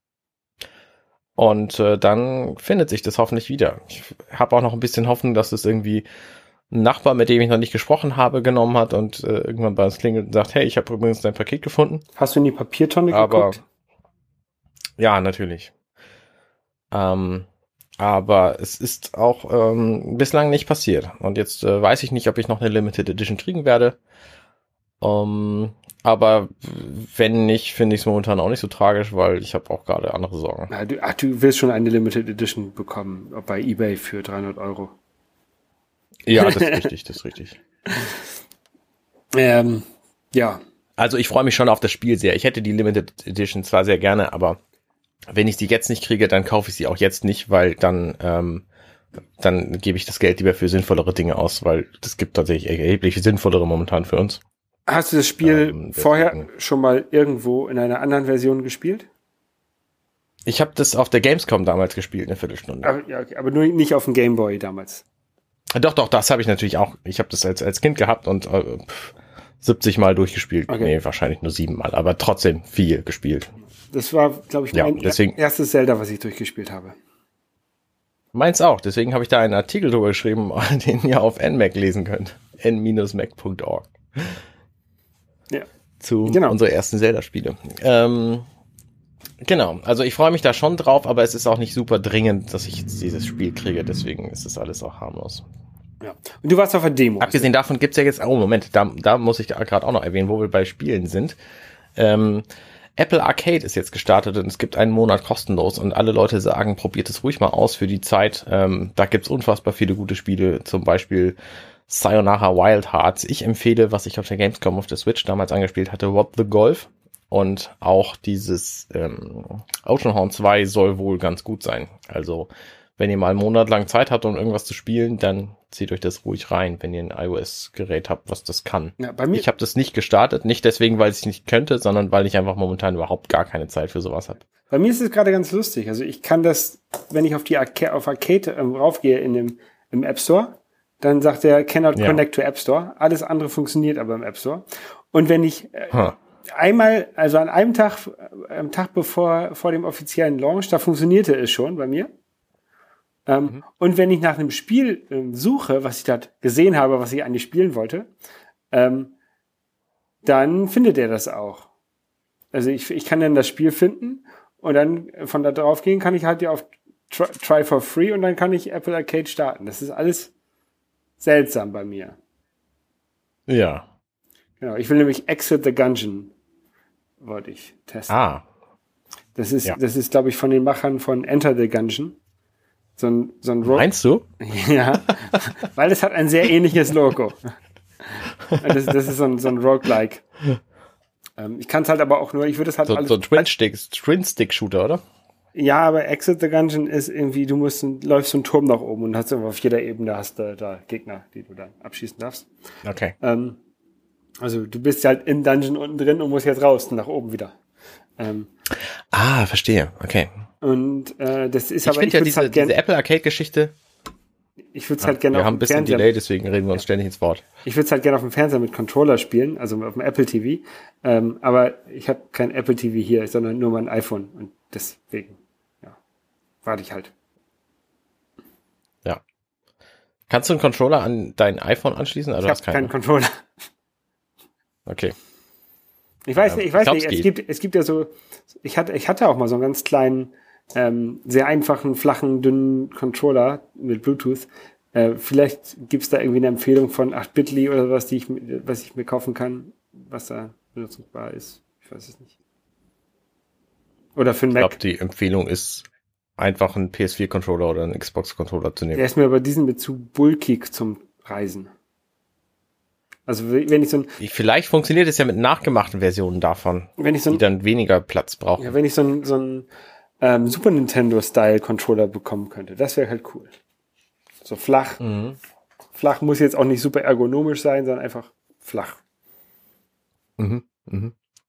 Und äh, dann findet sich das hoffentlich wieder. Ich habe auch noch ein bisschen Hoffnung, dass es irgendwie ein Nachbar, mit dem ich noch nicht gesprochen habe, genommen hat und äh, irgendwann bei uns klingelt und sagt, hey, ich habe übrigens dein Paket gefunden. Hast du in die Papiertonne aber, geguckt? Ja, natürlich. Ähm, aber es ist auch ähm, bislang nicht passiert. Und jetzt äh, weiß ich nicht, ob ich noch eine Limited Edition kriegen werde. Um, aber wenn nicht, finde ich es momentan auch nicht so tragisch, weil ich habe auch gerade andere Sorgen. Ja, du, ach, du willst schon eine Limited Edition bekommen, bei eBay für dreihundert Euro. Ja, das ist richtig, das ist richtig. ähm, ja. Also ich freue mich schon auf das Spiel sehr. Ich hätte die Limited Edition zwar sehr gerne, aber wenn ich sie jetzt nicht kriege, dann kaufe ich sie auch jetzt nicht, weil dann ähm, dann gebe ich das Geld lieber für sinnvollere Dinge aus, weil das gibt tatsächlich erheblich sinnvollere momentan für uns. Hast du das Spiel ähm, vorher schon mal irgendwo in einer anderen Version gespielt? Ich habe das auf der Gamescom damals gespielt, eine Viertelstunde. Aber, ja, okay, aber nur nicht auf dem Game Boy damals. Doch, doch, das habe ich natürlich auch. Ich habe das als als Kind gehabt und äh, siebzig Mal durchgespielt. Okay. Nee, wahrscheinlich nur sieben Mal, aber trotzdem viel gespielt. Das war, glaube ich, mein ja, deswegen, erstes Zelda, was ich durchgespielt habe. Meins auch. Deswegen habe ich da einen Artikel drüber geschrieben, den ihr auf N Mac lesen könnt. n Mac punkt org. Ja. Zu genau. unsere ersten Zelda-Spiele. Ähm, genau. Also ich freue mich da schon drauf, aber es ist auch nicht super dringend, dass ich jetzt dieses Spiel kriege. Deswegen ist das alles auch harmlos. Ja. Und du warst auf der Demo. Abgesehen also. davon gibt's ja jetzt, oh Moment, da, da muss ich gerade auch noch erwähnen, wo wir bei Spielen sind. Ähm, Apple Arcade ist jetzt gestartet und es gibt einen Monat kostenlos und alle Leute sagen, probiert es ruhig mal aus für die Zeit. Ähm, da gibt's unfassbar viele gute Spiele, zum Beispiel Sayonara Wild Hearts. Ich empfehle, was ich auf der Gamescom auf der Switch damals angespielt hatte, What the Golf. Und auch dieses ähm, Oceanhorn zwei soll wohl ganz gut sein. Also wenn ihr mal einen Monat lang Zeit habt, um irgendwas zu spielen, dann zieht euch das ruhig rein, wenn ihr ein iOS-Gerät habt, was das kann. Ja, bei mir ich habe das nicht gestartet, nicht deswegen, weil ich es nicht könnte, sondern weil ich einfach momentan überhaupt gar keine Zeit für sowas habe. Bei mir ist es gerade ganz lustig. Also ich kann das, wenn ich auf die Arca- auf Arcade ähm, raufgehe in dem, im App Store, dann sagt er, cannot Ja. connect to App Store. Alles andere funktioniert aber im App Store. Und wenn ich äh, Huh. einmal, also an einem Tag, äh, am Tag bevor, vor dem offiziellen Launch, da funktionierte es schon bei mir. Ähm, mhm. Und wenn ich nach einem Spiel ähm, suche, was ich da gesehen habe, was ich eigentlich spielen wollte, ähm, dann findet er das auch. Also ich, ich kann dann das Spiel finden und dann von da drauf gehen kann ich halt ja auf try, try for free und dann kann ich Apple Arcade starten. Das ist alles seltsam bei mir. Ja. Genau, ich will nämlich Exit the Gungeon wollte ich testen. Ah. Das ist, ja. das ist, glaube ich, von den Machern von Enter the Gungeon. So ein, so ein Rogue. Meinst du? Ja, weil es hat ein sehr ähnliches Logo. Das, das ist so ein, so ein Roguelike. Ähm, ich kann es halt aber auch nur, ich würde es halt so, alles... So ein Twin-Stick-Shooter, oder? Ja, aber Exit the Gungeon ist irgendwie, du musst, läufst so einen Turm nach oben und hast auf jeder Ebene hast du da Gegner, die du dann abschießen darfst. Okay. Ähm, also du bist halt im Dungeon unten drin und musst jetzt raus und nach oben wieder. Ähm, ah, verstehe. Okay. Und äh, das ist ich aber... Ich finde ja diese, halt gern, diese Apple Arcade-Geschichte... Ich würde es halt gerne wir auf haben ein bisschen Fernseher, Delay, deswegen reden wir uns ständig ins Wort. Ich würde es halt gerne auf dem Fernseher mit Controller spielen, also auf dem Apple T V. Ähm, aber ich habe kein Apple T V hier, sondern nur mein iPhone. Und deswegen, ja, warte ich halt. Ja. Kannst du einen Controller an dein iPhone anschließen? Also ich habe keinen Controller. Okay. Ich weiß ja, nicht, ich weiß ich nicht. Es gibt, es gibt ja so, ich hatte, ich hatte auch mal so einen ganz kleinen, ähm, sehr einfachen, flachen, dünnen Controller mit Bluetooth. Äh, vielleicht gibt's da irgendwie eine Empfehlung von acht Bitly oder was, die ich, was ich mir kaufen kann, was da benutzbar ist. Ich weiß es nicht. Oder für einen Mac. Ich glaube, die Empfehlung ist, einfach einen P S vier Controller oder einen Xbox Controller zu nehmen. Der ist mir aber diesen mit zu bulkig zum Reisen. Also wenn ich so ein... Vielleicht funktioniert es ja mit nachgemachten Versionen davon, wenn ich so ein, die dann weniger Platz brauchen. Ja, wenn ich so ein, so ein ähm, Super Nintendo-Style-Controller bekommen könnte, das wäre halt cool. So flach. Mhm. Flach muss jetzt auch nicht super ergonomisch sein, sondern einfach flach. Mhm. Mhm.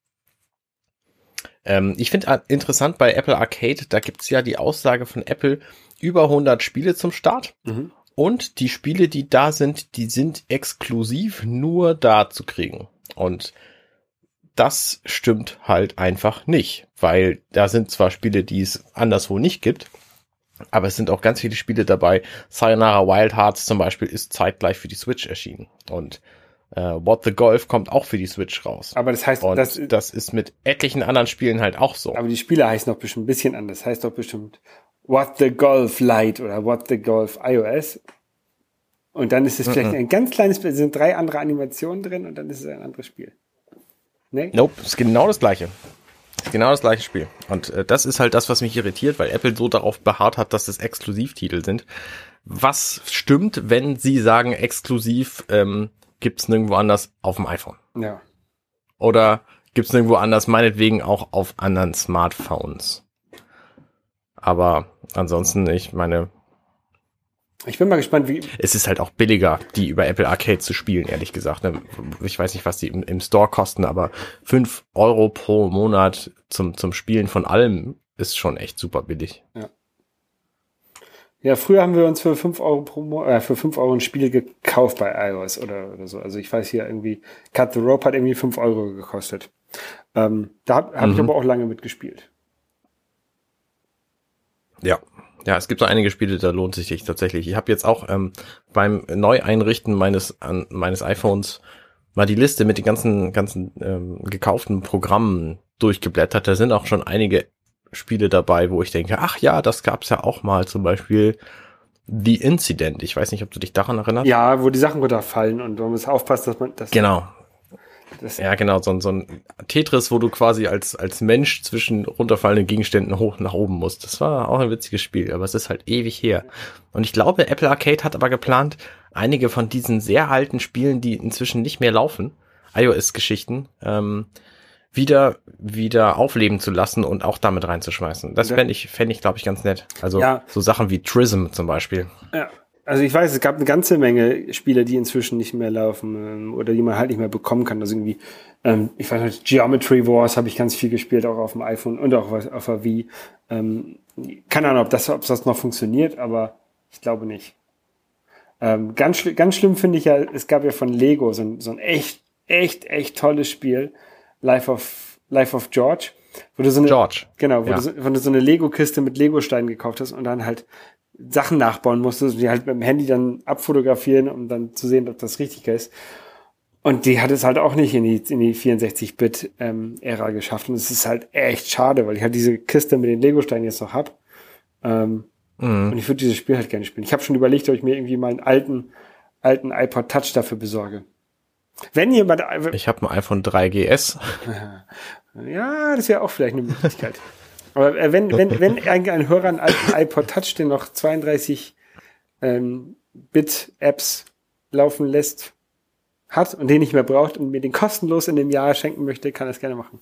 Ähm, ich finde interessant bei Apple Arcade, da gibt's ja die Aussage von Apple, über hundert Spiele zum Start. Mhm. Und die Spiele, die da sind, die sind exklusiv nur da zu kriegen. Und das stimmt halt einfach nicht, weil da sind zwar Spiele, die es anderswo nicht gibt, aber es sind auch ganz viele Spiele dabei. Sayonara Wild Hearts zum Beispiel ist zeitgleich für die Switch erschienen. Und äh, What the Golf kommt auch für die Switch raus. Aber das heißt, Und das, das ist mit etlichen anderen Spielen halt auch so. Aber die Spiele heißen doch bestimmt ein bisschen anders. Das heißt doch bestimmt What the Golf Lite oder What the Golf iOS. Und dann ist es vielleicht mm-mm. ein ganz kleines, es sind drei andere Animationen drin und dann ist es ein anderes Spiel. Nee? Nope, ist genau das gleiche. Ist genau das gleiche Spiel. Und äh, das ist halt das, was mich irritiert, weil Apple so darauf beharrt hat, dass das Exklusivtitel sind. Was stimmt, wenn sie sagen, exklusiv ähm, gibt's nirgendwo anders auf dem iPhone? Ja. Oder gibt's nirgendwo anders, meinetwegen auch auf anderen Smartphones? Aber ansonsten, ich meine... Ich bin mal gespannt, wie... Es ist halt auch billiger, die über Apple Arcade zu spielen, ehrlich gesagt. Ich weiß nicht, was die im, im Store kosten, aber fünf Euro pro Monat zum, zum Spielen von allem ist schon echt super billig. Ja. Ja, früher haben wir uns für fünf Euro pro Mo- äh, für fünf Euro ein Spiel gekauft bei iOS oder, oder so. Also ich weiß hier irgendwie, Cut the Rope hat irgendwie fünf Euro gekostet. Ähm, da habe hab mhm. ich aber auch lange mitgespielt. Ja. Ja, es gibt so einige Spiele, da lohnt sich tatsächlich. Ich habe jetzt auch ähm, beim Neueinrichten meines an, meines iPhones mal die Liste mit den ganzen ganzen ähm, gekauften Programmen durchgeblättert. Da sind auch schon einige Spiele dabei, wo ich denke, ach ja, das gab's ja auch mal, zum Beispiel The Incident. Ich weiß nicht, ob du dich daran erinnerst. Ja, wo die Sachen runterfallen und man muss aufpassen, dass man das... Genau. Das ja, genau, so, so ein Tetris, wo du quasi als als Mensch zwischen runterfallenden Gegenständen hoch nach oben musst. Das war auch ein witziges Spiel, aber es ist halt ewig her. Und ich glaube, Apple Arcade hat aber geplant, einige von diesen sehr alten Spielen, die inzwischen nicht mehr laufen, iOS-Geschichten, ähm, wieder wieder aufleben zu lassen und auch damit reinzuschmeißen. Das fände ich, fände ich, glaube ich, ganz nett. Also ja. so Sachen wie Trism zum Beispiel. Ja, also ich weiß, es gab eine ganze Menge Spiele, die inzwischen nicht mehr laufen ähm, oder die man halt nicht mehr bekommen kann. Also irgendwie, ähm, ich weiß nicht, Geometry Wars habe ich ganz viel gespielt, auch auf dem iPhone und auch auf, auf der Wii. Ähm, keine Ahnung, ob das, ob das noch funktioniert, aber ich glaube nicht. Ähm, ganz, schl- ganz schlimm finde ich ja, es gab ja von Lego so ein, so ein echt, echt, echt tolles Spiel, Life of, Life of George, wo du so eine, George. genau, wo, ja. du so, wo du so eine Lego-Kiste mit Lego-Steinen gekauft hast und dann halt Sachen nachbauen musstest, die halt mit dem Handy dann abfotografieren, um dann zu sehen, ob das richtig ist. Und die hat es halt auch nicht in die, in die vierundsechzig-Bit-Ära ähm, geschafft. Und es ist halt echt schade, weil ich halt diese Kiste mit den Lego-Steinen jetzt noch hab. Ähm, mhm. Und ich würde dieses Spiel halt gerne spielen. Ich habe schon überlegt, ob ich mir irgendwie mal einen alten, alten iPod Touch dafür besorge. Wenn jemand... Ich habe ein iPhone drei G S. Ja, das wäre auch vielleicht eine Möglichkeit. Aber wenn, wenn, wenn ein Hörer einen alten iPod Touch, den noch zweiunddreißig ähm, Bit Apps laufen lässt, hat und den nicht mehr braucht und mir den kostenlos in dem Jahr schenken möchte, kann er es gerne machen.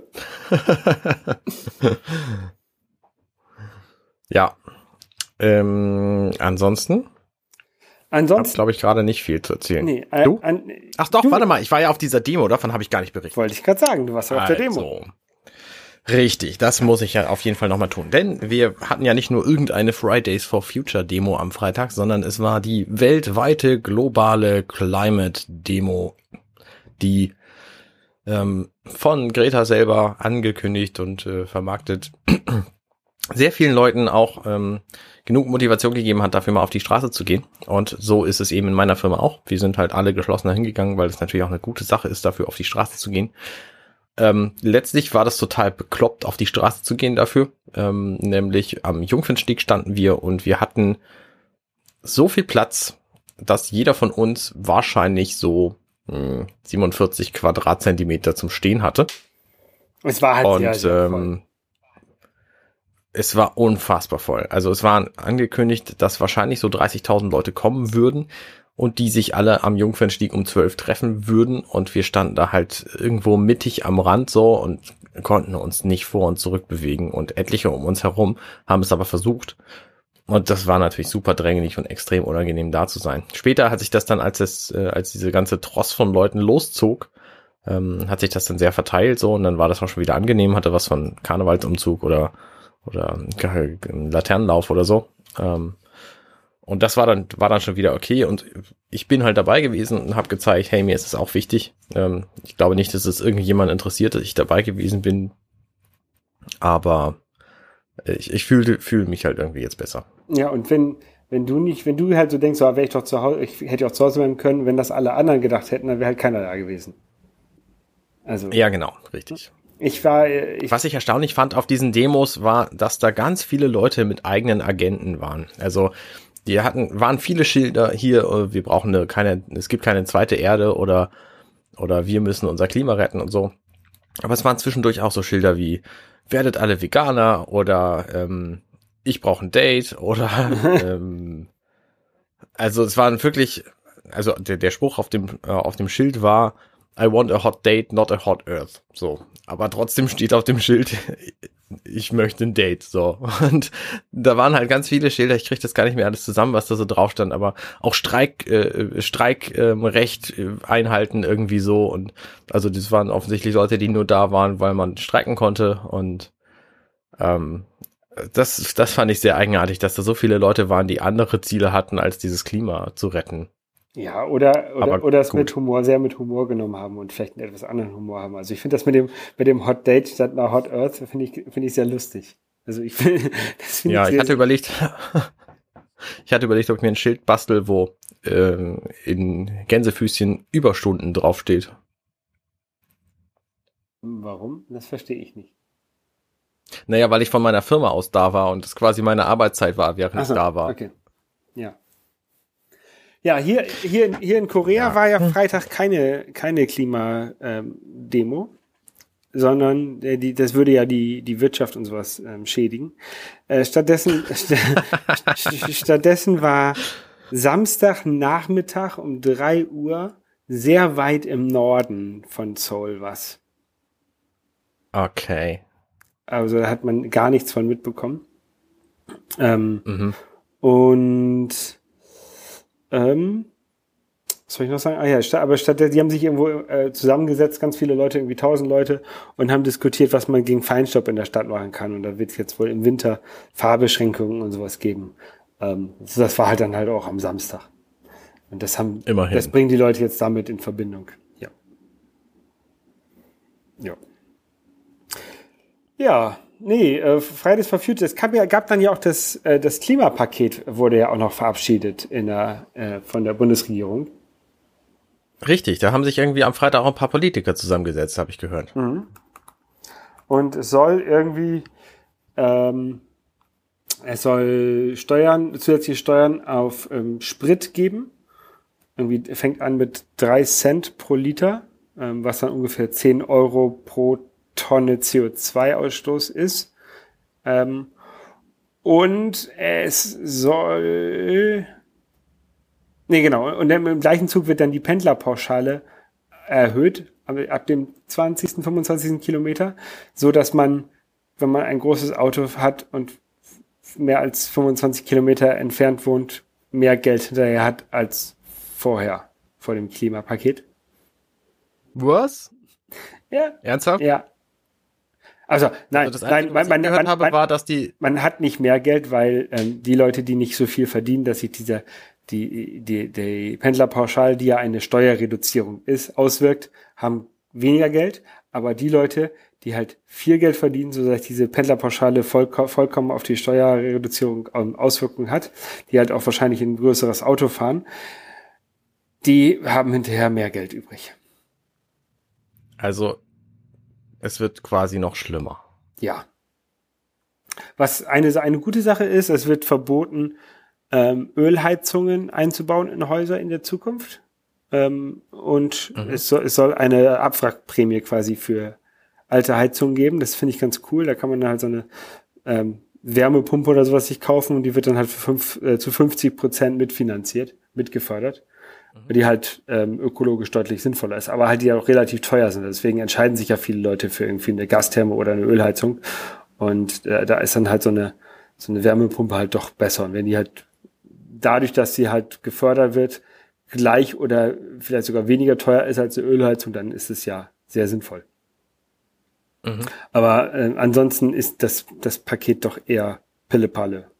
Ja. Ähm, ansonsten? Ansonsten. glaube ich, gerade nicht viel zu erzählen. Nee, äh, du? An, Ach doch, du, warte mal, ich war ja auf dieser Demo, davon habe ich gar nicht berichtet. Wollte ich gerade sagen, du warst ja auf also. der Demo. Richtig, das muss ich ja auf jeden Fall nochmal tun. Denn wir hatten ja nicht nur irgendeine Fridays for Future Demo am Freitag, sondern es war die weltweite globale Climate Demo, die ähm, von Greta selber angekündigt und äh, vermarktet sehr vielen Leuten auch ähm, genug Motivation gegeben hat, dafür mal auf die Straße zu gehen. Und so ist es eben in meiner Firma auch. Wir sind halt alle geschlossen dahin gegangen, weil es natürlich auch eine gute Sache ist, dafür auf die Straße zu gehen. Ähm, letztlich war das total bekloppt, auf die Straße zu gehen dafür. Ähm, nämlich am Jungfernstieg standen wir und wir hatten so viel Platz, dass jeder von uns wahrscheinlich so mh, siebenundvierzig Quadratzentimeter zum Stehen hatte. Es war halt und, sehr, sehr voll. Ähm, es war unfassbar voll. Also es war angekündigt, dass wahrscheinlich so dreißigtausend Leute kommen würden und die sich alle am Jungfernstieg um zwölf treffen würden. Und wir standen da halt irgendwo mittig am Rand so und konnten uns nicht vor und zurück bewegen. Und etliche um uns herum haben es aber versucht. Und das war natürlich super dränglich und extrem unangenehm da zu sein. Später hat sich das dann, als es, äh, als diese ganze Tross von Leuten loszog, ähm, hat sich das dann sehr verteilt so. Und dann war das auch schon wieder angenehm, hatte was von Karnevalsumzug oder oder ein Laternenlauf oder so. Ähm, und das war dann war dann schon wieder okay. Und ich bin halt dabei gewesen und habe gezeigt, hey, mir ist es auch wichtig. Ähm, ich glaube nicht, dass es irgendjemand interessiert, dass ich dabei gewesen bin. Aber ich, ich fühle fühle mich halt irgendwie jetzt besser. Ja, und wenn wenn du nicht, wenn du halt so denkst, so, wäre ich doch zu Hause, ich hätte auch zu Hause bleiben können, wenn das alle anderen gedacht hätten, dann wäre halt keiner da gewesen. Also. Ja, genau, richtig. Ich war, ich Was ich erstaunlich fand auf diesen Demos war, dass da ganz viele Leute mit eigenen Agenten waren. Also die hatten, waren viele Schilder hier, wir brauchen eine, keine, es gibt keine zweite Erde oder oder wir müssen unser Klima retten und so. Aber es waren zwischendurch auch so Schilder wie werdet alle Veganer oder ähm, ich brauche ein Date oder ähm, also es waren wirklich, also der, der Spruch auf dem äh, auf dem Schild war I want a hot date, not a hot earth. So. Aber trotzdem steht auf dem Schild, ich möchte ein Date. So. Und da waren halt ganz viele Schilder. Ich kriege das gar nicht mehr alles zusammen, was da so drauf stand. Aber auch Streik, äh, Streikrecht äh, einhalten irgendwie so. Und also das waren offensichtlich Leute, die nur da waren, weil man streiken konnte. Und ähm, das, das fand ich sehr eigenartig, dass da so viele Leute waren, die andere Ziele hatten, als dieses Klima zu retten. Ja, oder, oder, Aber oder es gut. mit Humor, sehr mit Humor genommen haben und vielleicht einen etwas anderen Humor haben. Also ich finde das mit dem, mit dem Hot Date statt einer Hot Earth, finde ich, finde ich sehr lustig. Also ich finde, das finde Ja, ich ich hatte überlegt, ich hatte überlegt, ob ich mir ein Schild bastel, wo äh, in Gänsefüßchen Überstunden draufsteht. Warum? Das verstehe ich nicht. Naja, weil ich von meiner Firma aus da war und es quasi meine Arbeitszeit war, während Ach so, ich da war. Okay. Ja. Ja, hier, hier, in, hier in Korea Ja. war ja Freitag keine, keine Klimademo, ähm, sondern äh, die, das würde ja die, die Wirtschaft und sowas ähm, schädigen. Äh, stattdessen, st stattdessen war Samstagnachmittag um drei Uhr sehr weit im Norden von Seoul was. Okay. Also da hat man gar nichts von mitbekommen. Ähm, Mhm. Und ähm, was soll ich noch sagen? Ah ja, sta- aber statt der, die haben sich irgendwo äh, zusammengesetzt, ganz viele Leute, irgendwie tausend Leute, und haben diskutiert, was man gegen Feinstaub in der Stadt machen kann. Und da wird es jetzt wohl im Winter Fahrbeschränkungen und sowas geben. Ähm, das war halt dann halt auch am Samstag. Und das haben, Immerhin. das bringen die Leute jetzt damit in Verbindung. Ja. Ja. Ja, nee, äh, Fridays for Future. Es gab, ja, gab dann ja auch das, äh, das Klimapaket wurde ja auch noch verabschiedet in der, äh, von der Bundesregierung. Richtig, da haben sich irgendwie am Freitag auch ein paar Politiker zusammengesetzt, habe ich gehört. Mhm. Und es soll irgendwie, ähm, es soll Steuern, zusätzliche Steuern auf ähm, Sprit geben. Irgendwie fängt an mit drei Cent pro Liter, ähm, was dann ungefähr zehn Euro pro Tonne C O zwei Ausstoß ist. Ähm, und es soll, nee genau, und dann im gleichen Zug wird dann die Pendlerpauschale erhöht, aber ab dem zwanzigsten, fünfundzwanzigsten Kilometer, so dass man, wenn man ein großes Auto hat und mehr als fünfundzwanzig Kilometer entfernt wohnt, mehr Geld hinterher hat als vorher, vor dem Klimapaket. Was? Ja. Ernsthaft? Ja. Also, nein, Also das Einzige, nein, was man, ich gehört man, habe, man, war, dass die... man hat nicht mehr Geld, weil ähm, die Leute, die nicht so viel verdienen, dass sich dieser, die, die, die Pendlerpauschale, die ja eine Steuerreduzierung ist, auswirkt, haben weniger Geld. Aber die Leute, die halt viel Geld verdienen, so dass diese Pendlerpauschale vollko- vollkommen auf die Steuerreduzierung ähm, Auswirkungen hat, die halt auch wahrscheinlich ein größeres Auto fahren, die haben hinterher mehr Geld übrig. Also, es wird quasi noch schlimmer. Ja. Was eine, eine gute Sache ist, es wird verboten, ähm, Ölheizungen einzubauen in Häuser in der Zukunft. Ähm, und Mhm. es, soll, es soll eine Abwrackprämie quasi für alte Heizungen geben. Das finde ich ganz cool. Da kann man dann halt so eine ähm, Wärmepumpe oder sowas sich kaufen und die wird dann halt für fünf, äh, zu fünfzig Prozent mitfinanziert, mitgefördert. Mhm. Die halt ähm, ökologisch deutlich sinnvoller ist, aber halt die auch relativ teuer sind. Deswegen entscheiden sich ja viele Leute für irgendwie eine Gastherme oder eine Ölheizung. Und äh, da ist dann halt so eine so eine Wärmepumpe halt doch besser. Und wenn die halt dadurch, dass sie halt gefördert wird, gleich oder vielleicht sogar weniger teuer ist als eine Ölheizung, dann ist es ja sehr sinnvoll. Mhm. Aber äh, ansonsten ist das das Paket doch eher Pille-Palle.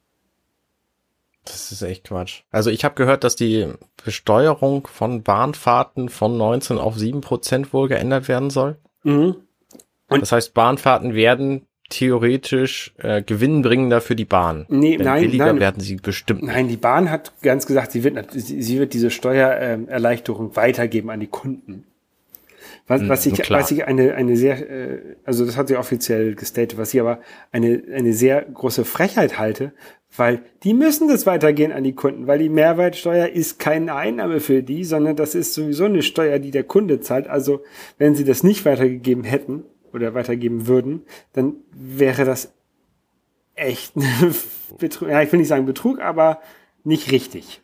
Das ist echt Quatsch. Also ich habe gehört, dass die Besteuerung von Bahnfahrten von neunzehn auf sieben Prozent wohl geändert werden soll. Mhm. Und das heißt, Bahnfahrten werden theoretisch äh, gewinnbringender für die Bahn. Nee, Denn nein, billiger nein. werden sie bestimmt nicht. Nein, die Bahn hat ganz gesagt, sie wird, sie, sie wird diese Steuererleichterung weitergeben an die Kunden. Was, Hm, was ich, klar. was ich eine, eine sehr, äh, also das hat sie offiziell gestatet, was ich aber eine, eine sehr große Frechheit halte, weil die müssen das weitergehen an die Kunden, weil die Mehrwertsteuer ist keine Einnahme für die, sondern das ist sowieso eine Steuer, die der Kunde zahlt. Also wenn sie das nicht weitergegeben hätten oder weitergeben würden, dann wäre das echt Betrug, ja, ich will nicht sagen Betrug, aber nicht richtig.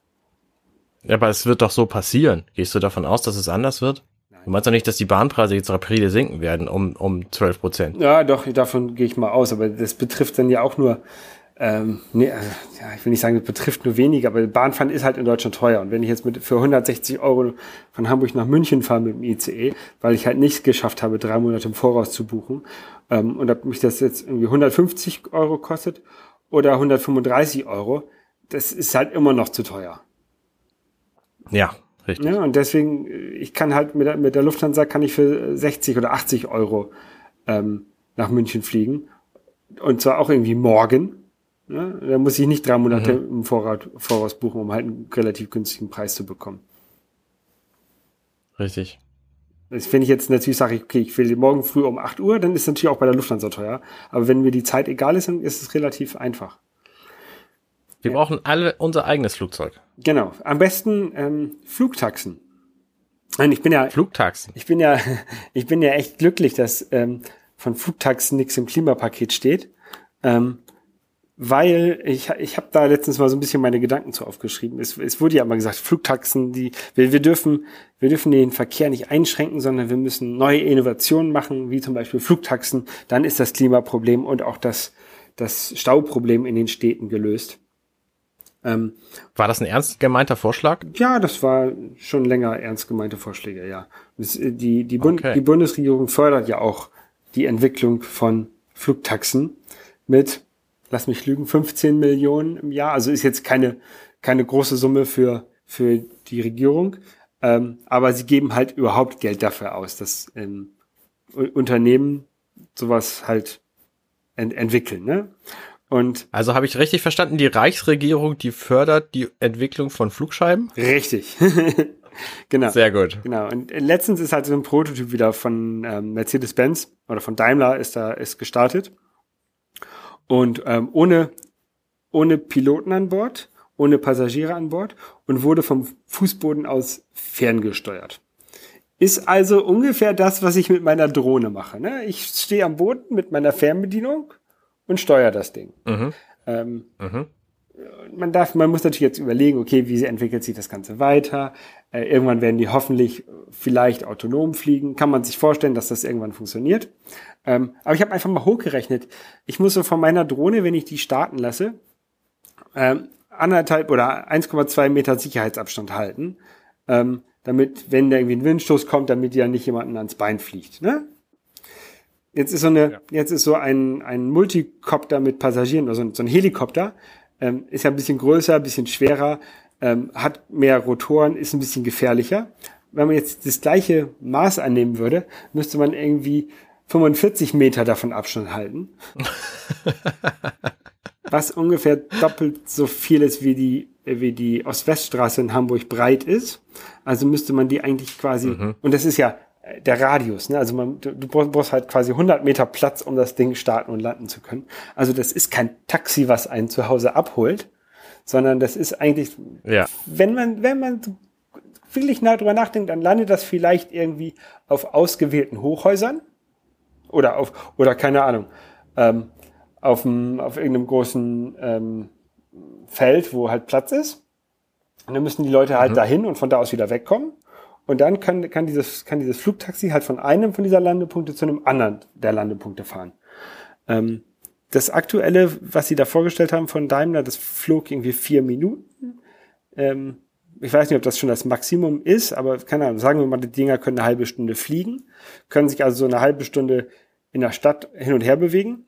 Ja, aber es wird doch so passieren. Gehst du davon aus, dass es anders wird? Nein. Du meinst doch nicht, dass die Bahnpreise jetzt rapide sinken werden um um zwölf Prozent? Ja, doch, davon gehe ich mal aus, aber das betrifft dann ja auch nur, ähm, nee, also, ja, ich will nicht sagen, das betrifft nur weniger, aber Bahnfahren ist halt in Deutschland teuer. Und wenn ich jetzt mit für hundertsechzig Euro von Hamburg nach München fahre mit dem I C E, weil ich halt nicht geschafft habe, drei Monate im Voraus zu buchen, ähm, und ob mich das jetzt irgendwie hundertfünfzig Euro kostet oder hundertfünfunddreißig Euro, das ist halt immer noch zu teuer. Ja, richtig. Ja, und deswegen, ich kann halt mit der, mit der Lufthansa kann ich für sechzig oder achtzig Euro ähm, nach München fliegen. Und zwar auch irgendwie morgen. Ne? Da muss ich nicht drei Monate mhm. im Vorrat, Voraus buchen, um halt einen relativ günstigen Preis zu bekommen. Richtig. Das, wenn ich jetzt natürlich sage, okay, ich will morgen früh um acht Uhr, dann ist es natürlich auch bei der Lufthansa teuer. Aber wenn mir die Zeit egal ist, dann ist es relativ einfach. Wir ja. brauchen alle unser eigenes Flugzeug. Genau. Am besten ähm, Flugtaxen. Nein, ich bin ja Flugtaxen. Ich bin ja, ich bin ja echt glücklich, dass ähm, von Flugtaxen nichts im Klimapaket steht, ähm, weil ich ich habe da letztens mal so ein bisschen meine Gedanken zu aufgeschrieben. Es, es wurde ja immer gesagt, Flugtaxen, die wir, wir dürfen wir dürfen den Verkehr nicht einschränken, sondern wir müssen neue Innovationen machen, wie zum Beispiel Flugtaxen. Dann ist das Klimaproblem und auch das das Stauproblem in den Städten gelöst. Ähm, war das ein ernst gemeinter Vorschlag? Ja, das war schon länger ernst gemeinte Vorschläge, ja. Das, die die, Bund, Okay. die Bundesregierung fördert ja auch die Entwicklung von Flugtaxen mit, lass mich lügen, fünfzehn Millionen im Jahr. Also ist jetzt keine keine große Summe für für die Regierung, ähm, aber sie geben halt überhaupt Geld dafür aus, dass ähm, Unternehmen sowas halt ent- entwickeln, ne? Und Also habe ich richtig verstanden, die Reichsregierung, die fördert die Entwicklung von Flugscheiben? richtig. Genau. Sehr gut. Genau. Und letztens ist halt so ein Prototyp wieder von ähm, Mercedes-Benz oder von Daimler ist da ist gestartet. Und ähm, ohne ohne Piloten an Bord, ohne Passagiere an Bord und wurde vom Fußboden aus ferngesteuert. Ist also ungefähr das, was ich mit meiner Drohne mache. Ne? Ich stehe am Boden mit meiner Fernbedienung und steuere das Ding. Mhm. Ähm, Mhm. man darf, man muss natürlich jetzt überlegen, okay, wie entwickelt sich das Ganze weiter? Äh, irgendwann werden die hoffentlich vielleicht autonom fliegen. Kann man sich vorstellen, dass das irgendwann funktioniert? Ähm, aber ich habe einfach mal hochgerechnet. Ich muss so von meiner Drohne, wenn ich die starten lasse, ähm, anderthalb oder eins Komma zwei Meter Sicherheitsabstand halten, ähm, damit, wenn da irgendwie ein Windstoß kommt, damit die ja nicht jemanden ans Bein fliegt, ne? Jetzt ist so eine, ja. jetzt ist so ein, ein Multicopter mit Passagieren, also so ein Helikopter, ähm, ist ja ein bisschen größer, ein bisschen schwerer, ähm, hat mehr Rotoren, ist ein bisschen gefährlicher. Wenn man jetzt das gleiche Maß annehmen würde, müsste man irgendwie fünfundvierzig Meter davon Abstand halten. Was ungefähr doppelt so viel ist, wie die, wie die Ost-West-Straße in Hamburg breit ist. Also müsste man die eigentlich quasi, mhm. und das ist ja der Radius, ne? Also man, du brauchst halt quasi hundert Meter Platz, um das Ding starten und landen zu können. Also das ist kein Taxi, was einen zu Hause abholt, sondern das ist eigentlich, ja. wenn man, wenn man wirklich nah drüber nachdenkt, dann landet das vielleicht irgendwie auf ausgewählten Hochhäusern oder auf, oder keine Ahnung, ähm, auf dem, auf irgendeinem großen ähm, Feld, wo halt Platz ist. Und dann müssen die Leute halt mhm. dahin und von da aus wieder wegkommen. Und dann kann, kann dieses, kann dieses Flugtaxi halt von einem von dieser Landepunkte zu einem anderen der Landepunkte fahren. Ähm, das aktuelle, was sie da vorgestellt haben von Daimler, das flog irgendwie vier Minuten. Ähm, ich weiß nicht, ob das schon das Maximum ist, aber keine Ahnung, sagen wir mal, die Dinger können eine halbe Stunde fliegen, können sich also so eine halbe Stunde in der Stadt hin und her bewegen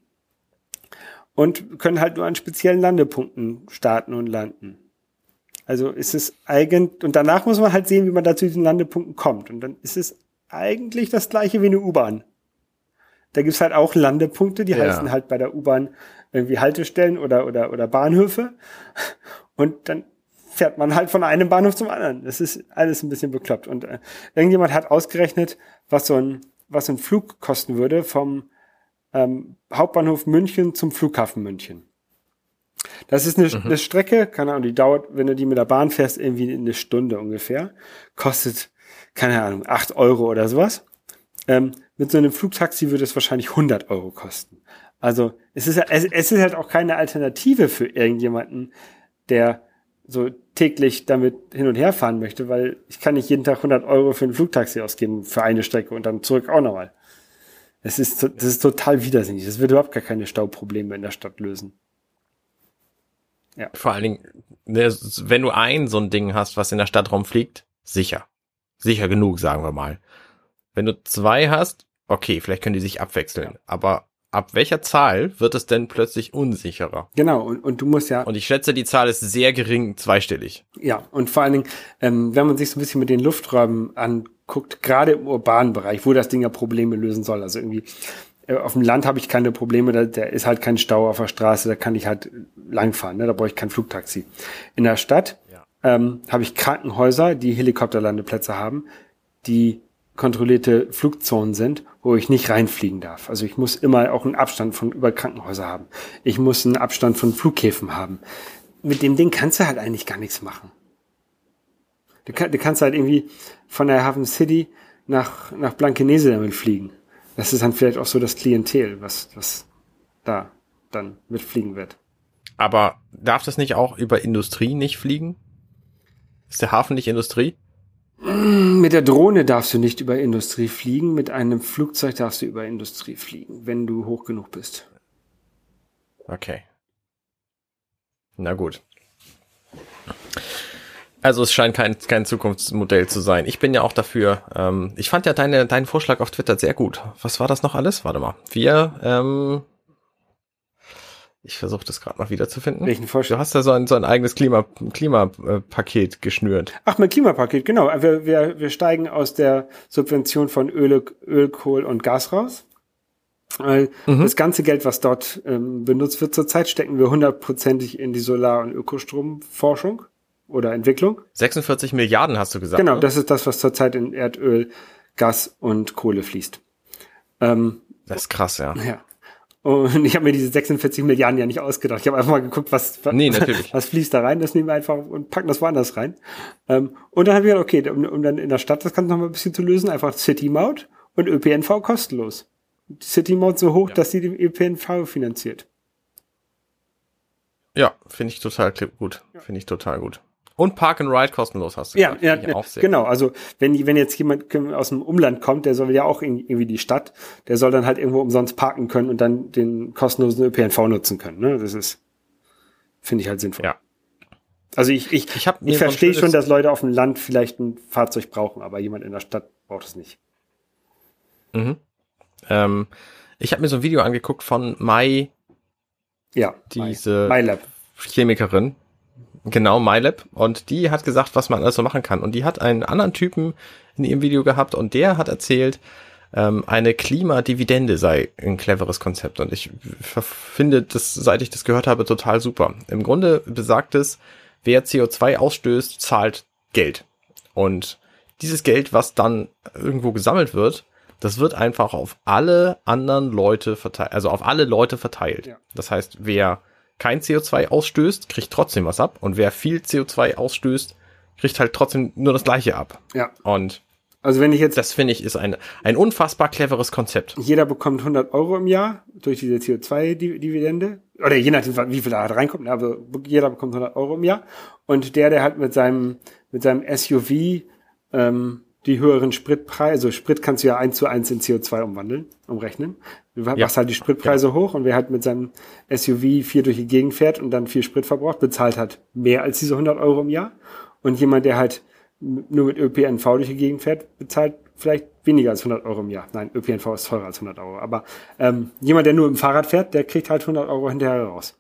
und können halt nur an speziellen Landepunkten starten und landen. Also ist es eigentlich, und danach muss man halt sehen, wie man da zu diesen Landepunkten kommt. Und dann ist es eigentlich das gleiche wie eine U-Bahn. Da gibt's halt auch Landepunkte, die ja. heißen halt bei der U-Bahn irgendwie Haltestellen oder, oder, oder Bahnhöfe. Und dann fährt man halt von einem Bahnhof zum anderen. Das ist alles ein bisschen bekloppt. Und äh, irgendjemand hat ausgerechnet, was so ein, was so ein Flug kosten würde vom ähm, Hauptbahnhof München zum Flughafen München. Das ist eine, mhm. eine Strecke, keine Ahnung, die dauert, wenn du die mit der Bahn fährst, irgendwie eine Stunde ungefähr. Kostet, keine Ahnung, acht Euro oder sowas. Ähm, mit so einem Flugtaxi würde es wahrscheinlich hundert Euro kosten. Also es ist, es, es ist halt auch keine Alternative für irgendjemanden, der so täglich damit hin und her fahren möchte, weil ich kann nicht jeden Tag hundert Euro für ein Flugtaxi ausgeben für eine Strecke und dann zurück auch nochmal. Es ist, das ist total widersinnig. Das wird überhaupt gar keine Stauprobleme in der Stadt lösen. Ja. Vor allen Dingen, wenn du ein so ein Ding hast, was in der Stadt rumfliegt, sicher. Sicher genug, sagen wir mal. Wenn du zwei hast, okay, vielleicht können die sich abwechseln. Ja. Aber ab welcher Zahl wird es denn plötzlich unsicherer? Genau, und, und du musst ja... Und ich schätze, die Zahl ist sehr gering, zweistellig. Ja, und vor allen Dingen, ähm, wenn man sich so ein bisschen mit den Lufträumen anguckt, gerade im urbanen Bereich, wo das Ding ja Probleme lösen soll, also irgendwie... Auf dem Land habe ich keine Probleme, da, da ist halt kein Stau auf der Straße, da kann ich halt langfahren, ne? Da brauche ich kein Flugtaxi. In der Stadt ja. ähm, habe ich Krankenhäuser, die Helikopterlandeplätze haben, die kontrollierte Flugzonen sind, wo ich nicht reinfliegen darf. Also ich muss immer auch einen Abstand von über Krankenhäuser haben. Ich muss einen Abstand von Flughäfen haben. Mit dem Ding kannst du halt eigentlich gar nichts machen. Du, kann, du kannst halt irgendwie von der Hafen City nach, nach Blankenese damit fliegen. Das ist dann vielleicht auch so das Klientel, was, was da dann mitfliegen wird. Aber darf das nicht auch über Industrie nicht fliegen? Ist der Hafen nicht Industrie? Mit der Drohne darfst du nicht über Industrie fliegen, mit einem Flugzeug darfst du über Industrie fliegen, wenn du hoch genug bist. Okay. Na gut. Also es scheint kein kein Zukunftsmodell zu sein. Ich bin ja auch dafür, ähm, ich fand ja deine deinen Vorschlag auf Twitter sehr gut. Was war das noch alles? Warte mal. Wir, ähm, ich versuche das gerade mal wiederzufinden. Welchen Vorschlag? Du hast ja so ein, so ein eigenes Klima, Klimapaket geschnürt. Ach, mein Klimapaket, genau. Wir, wir, wir steigen aus der Subvention von Öl, Öl, Kohl und Gas raus. Mhm. Das ganze Geld, was dort ähm, benutzt wird zurzeit, stecken wir hundertprozentig in die Solar- und Ökostromforschung oder Entwicklung. sechsundvierzig Milliarden hast du gesagt. Genau, ne? Das ist das, was zurzeit in Erdöl, Gas und Kohle fließt. Ähm, das ist krass, ja. Ja. Und ich habe mir diese sechsundvierzig Milliarden ja nicht ausgedacht. Ich habe einfach mal geguckt, was, nee, natürlich. was fließt da rein. Das nehmen wir einfach und packen das woanders rein. Ähm, und dann habe ich gedacht, okay, um, um dann in der Stadt das Ganze noch mal ein bisschen zu lösen, einfach City-Maut und Ö P N V kostenlos. Die City-Maut so hoch, ja. dass sie den Ö P N V finanziert. Ja, finde ich total gut. Ja. Finde ich total gut. Und Park and Ride kostenlos hast du ja, gesagt. Ja, ja, genau. Also wenn wenn jetzt jemand aus dem Umland kommt, der soll ja auch in, irgendwie die Stadt, der soll dann halt irgendwo umsonst parken können und dann den kostenlosen Ö P N V nutzen können. Ne? Das ist, finde ich halt sinnvoll. Ja. Also ich ich ich, ich verstehe schon, dass Leute auf dem Land vielleicht ein Fahrzeug brauchen, aber jemand in der Stadt braucht es nicht. Mhm. Ähm, ich habe mir so ein Video angeguckt von Mai, ja, diese MyLab. Chemikerin. Genau, MyLab. Und die hat gesagt, was man alles so machen kann. Und die hat einen anderen Typen in ihrem Video gehabt und der hat erzählt, ähm, eine Klimadividende sei ein cleveres Konzept. Und ich finde das, seit ich das gehört habe, total super. Im Grunde besagt es, wer C O zwei ausstößt, zahlt Geld. Und dieses Geld, was dann irgendwo gesammelt wird, das wird einfach auf alle anderen Leute verteilt, also auf alle Leute verteilt. Ja. Das heißt, wer kein C O zwei ausstößt, kriegt trotzdem was ab. Und wer viel C O zwei ausstößt, kriegt halt trotzdem nur das Gleiche ab. Ja. Und also wenn ich jetzt, das finde ich ist ein, ein unfassbar cleveres Konzept. Jeder bekommt hundert Euro im Jahr durch diese C O zwei Dividende. Oder je nachdem, wie viel da reinkommt. Aber jeder bekommt hundert Euro im Jahr. Und der, der halt mit seinem, mit seinem S U V, ähm, die höheren Spritpreise, also Sprit kannst du ja eins zu eins in C O zwei umwandeln, umrechnen. Du machst ja. halt die Spritpreise ja. hoch und wer halt mit seinem S U V viel durch die Gegend fährt und dann viel Sprit verbraucht, bezahlt halt mehr als diese hundert Euro im Jahr. Und jemand, der halt nur mit Ö P N V durch die Gegend fährt, bezahlt vielleicht weniger als hundert Euro im Jahr. Nein, Ö P N V ist teurer als hundert Euro. Aber ähm, jemand, der nur im Fahrrad fährt, der kriegt halt hundert Euro hinterher raus.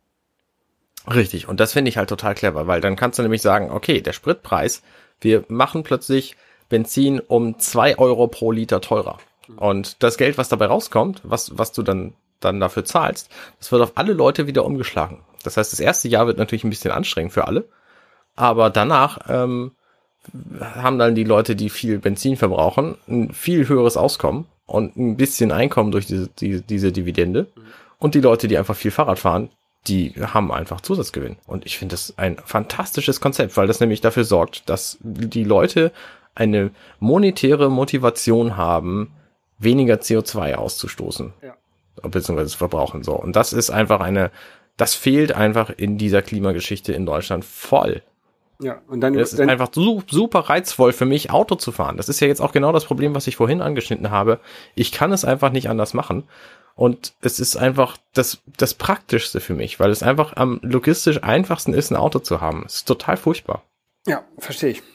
Richtig. Und das finde ich halt total clever, weil dann kannst du nämlich sagen, okay, der Spritpreis, wir machen plötzlich Benzin um zwei Euro pro Liter teurer. Und das Geld, was dabei rauskommt, was was du dann dann dafür zahlst, das wird auf alle Leute wieder umgeschlagen. Das heißt, das erste Jahr wird natürlich ein bisschen anstrengend für alle, aber danach ähm, haben dann die Leute, die viel Benzin verbrauchen, ein viel höheres Auskommen und ein bisschen Einkommen durch diese, die, diese Dividende. Und die Leute, die einfach viel Fahrrad fahren, die haben einfach Zusatzgewinn. Und ich finde das ein fantastisches Konzept, weil das nämlich dafür sorgt, dass die Leute eine monetäre Motivation haben, weniger C O zwei auszustoßen. Ja. Beziehungsweise zu verbrauchen, so. Und das ist einfach eine, das fehlt einfach in dieser Klimageschichte in Deutschland voll. Ja, und dann. Es ist dann einfach super reizvoll für mich, Auto zu fahren. Das ist ja jetzt auch genau das Problem, was ich vorhin angeschnitten habe. Ich kann es einfach nicht anders machen. Und es ist einfach das, das Praktischste für mich, weil es einfach am logistisch einfachsten ist, ein Auto zu haben. Es ist total furchtbar. Ja, verstehe ich.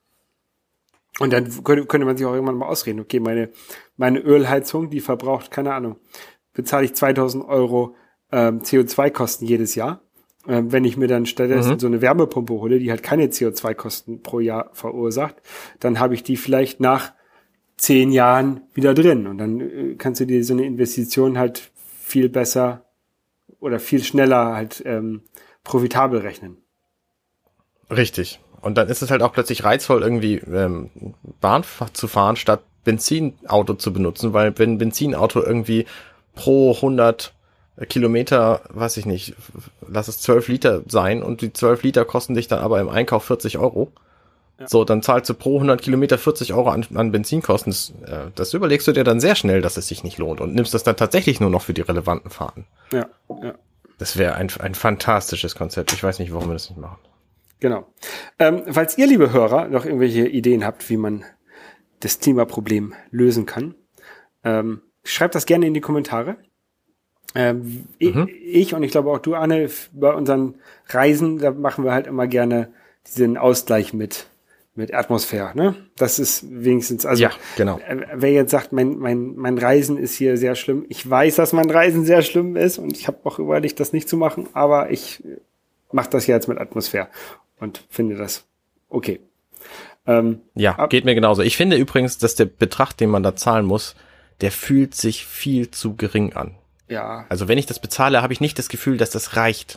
Und dann könnte, könnte man sich auch irgendwann mal ausreden, okay, meine, meine Ölheizung, die verbraucht, keine Ahnung, bezahle ich zweitausend Euro ähm, C O zwei Kosten jedes Jahr. Ähm, wenn ich mir dann stattdessen mhm. so eine Wärmepumpe hole, die halt keine C O zwei Kosten pro Jahr verursacht, dann habe ich die vielleicht nach zehn Jahren wieder drin. Und dann äh, kannst du dir so eine Investition halt viel besser oder viel schneller halt ähm, profitabel rechnen. Richtig. Und dann ist es halt auch plötzlich reizvoll, irgendwie ähm, Bahn zu fahren, statt Benzinauto zu benutzen, weil wenn ein Benzinauto irgendwie pro hundert Kilometer, weiß ich nicht, lass es zwölf Liter sein und die zwölf Liter kosten dich dann aber im Einkauf vierzig Euro. Ja. So, dann zahlst du pro hundert Kilometer vierzig Euro an, an Benzinkosten. Das, äh, das überlegst du dir dann sehr schnell, dass es sich nicht lohnt und nimmst das dann tatsächlich nur noch für die relevanten Fahrten. Ja, ja. Das wäre ein, ein fantastisches Konzept. Ich weiß nicht, warum wir das nicht machen. Genau. Ähm, falls ihr, liebe Hörer, noch irgendwelche Ideen habt, wie man das Klimaproblem lösen kann, ähm, schreibt das gerne in die Kommentare. Ähm, mhm. ich, ich und ich glaube auch du, Arne, bei unseren Reisen, da machen wir halt immer gerne diesen Ausgleich mit mit Atmosphäre, ne? Das ist wenigstens, also ja, genau. Wer jetzt sagt, mein mein mein Reisen ist hier sehr schlimm. Ich weiß, dass mein Reisen sehr schlimm ist und ich habe auch überlegt, das nicht zu machen, aber ich mache das jetzt mit Atmosphäre und finde das okay. Ähm, ja, ab- geht mir genauso. Ich finde übrigens, dass der Betrag, den man da zahlen muss, der fühlt sich viel zu gering an. Ja. Also wenn ich das bezahle, habe ich nicht das Gefühl, dass das reicht.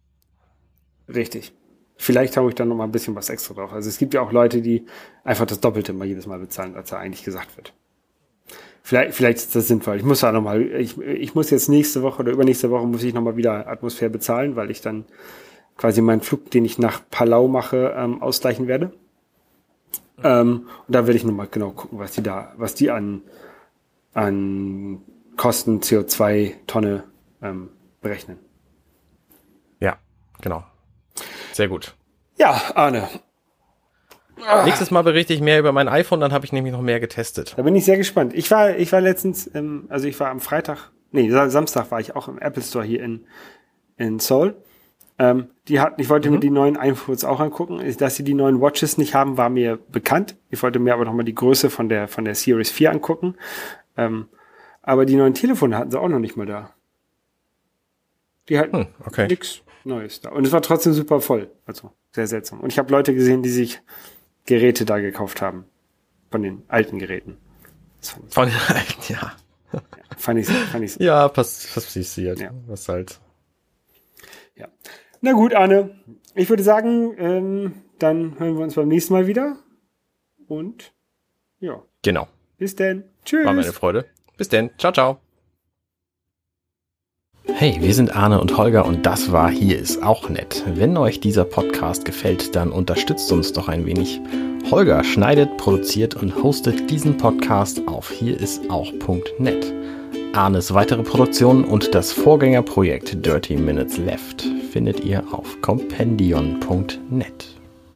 Richtig. Vielleicht habe ich dann noch mal ein bisschen was extra drauf. Also es gibt ja auch Leute, die einfach das Doppelte mal jedes Mal bezahlen, als da eigentlich gesagt wird. Vielleicht, vielleicht ist das sinnvoll. Ich muss da noch mal, ich, ich muss jetzt nächste Woche oder übernächste Woche muss ich noch mal wieder Atmosphäre bezahlen, weil ich dann quasi meinen Flug, den ich nach Palau mache, ähm, ausgleichen werde. Ähm, und da werde ich noch mal genau gucken, was die da, was die an an Kosten C O zwei Tonne ähm, berechnen. Ja, genau. Sehr gut. Ja, Arne. Nächstes Mal berichte ich mehr über mein iPhone, dann habe ich nämlich noch mehr getestet. Da bin ich sehr gespannt. Ich war, ich war letztens, ähm, also ich war am Freitag, nee, Samstag war ich auch im Apple Store hier in in Seoul. Ähm, die hatten, ich wollte mhm. mir die neuen iPhones auch angucken. Dass sie die neuen Watches nicht haben, war mir bekannt. Ich wollte mir aber noch mal die Größe von der von der Series vier angucken. Ähm, aber die neuen Telefone hatten sie auch noch nicht mal da. Die hatten hm, okay. nix Neues da. Und es war trotzdem super voll. Also sehr seltsam. Und ich habe Leute gesehen, die sich Geräte da gekauft haben. Von den alten Geräten. Von den alten, ja. ja fand ich fand ich Ja, pass, was passiert. Ja. Was halt. Ja. Na gut, Arne. Ich würde sagen, ähm, dann hören wir uns beim nächsten Mal wieder. Und ja. Genau. Bis denn. Tschüss. War mir eine Freude. Bis denn. Ciao, ciao. Hey, wir sind Arne und Holger und das war Hier ist auch nett. Wenn euch dieser Podcast gefällt, dann unterstützt uns doch ein wenig. Holger schneidet, produziert und hostet diesen Podcast auf hierisauch punkt net. Arnes weitere Produktionen und das Vorgängerprojekt Dirty Minutes Left findet ihr auf compendion punkt net.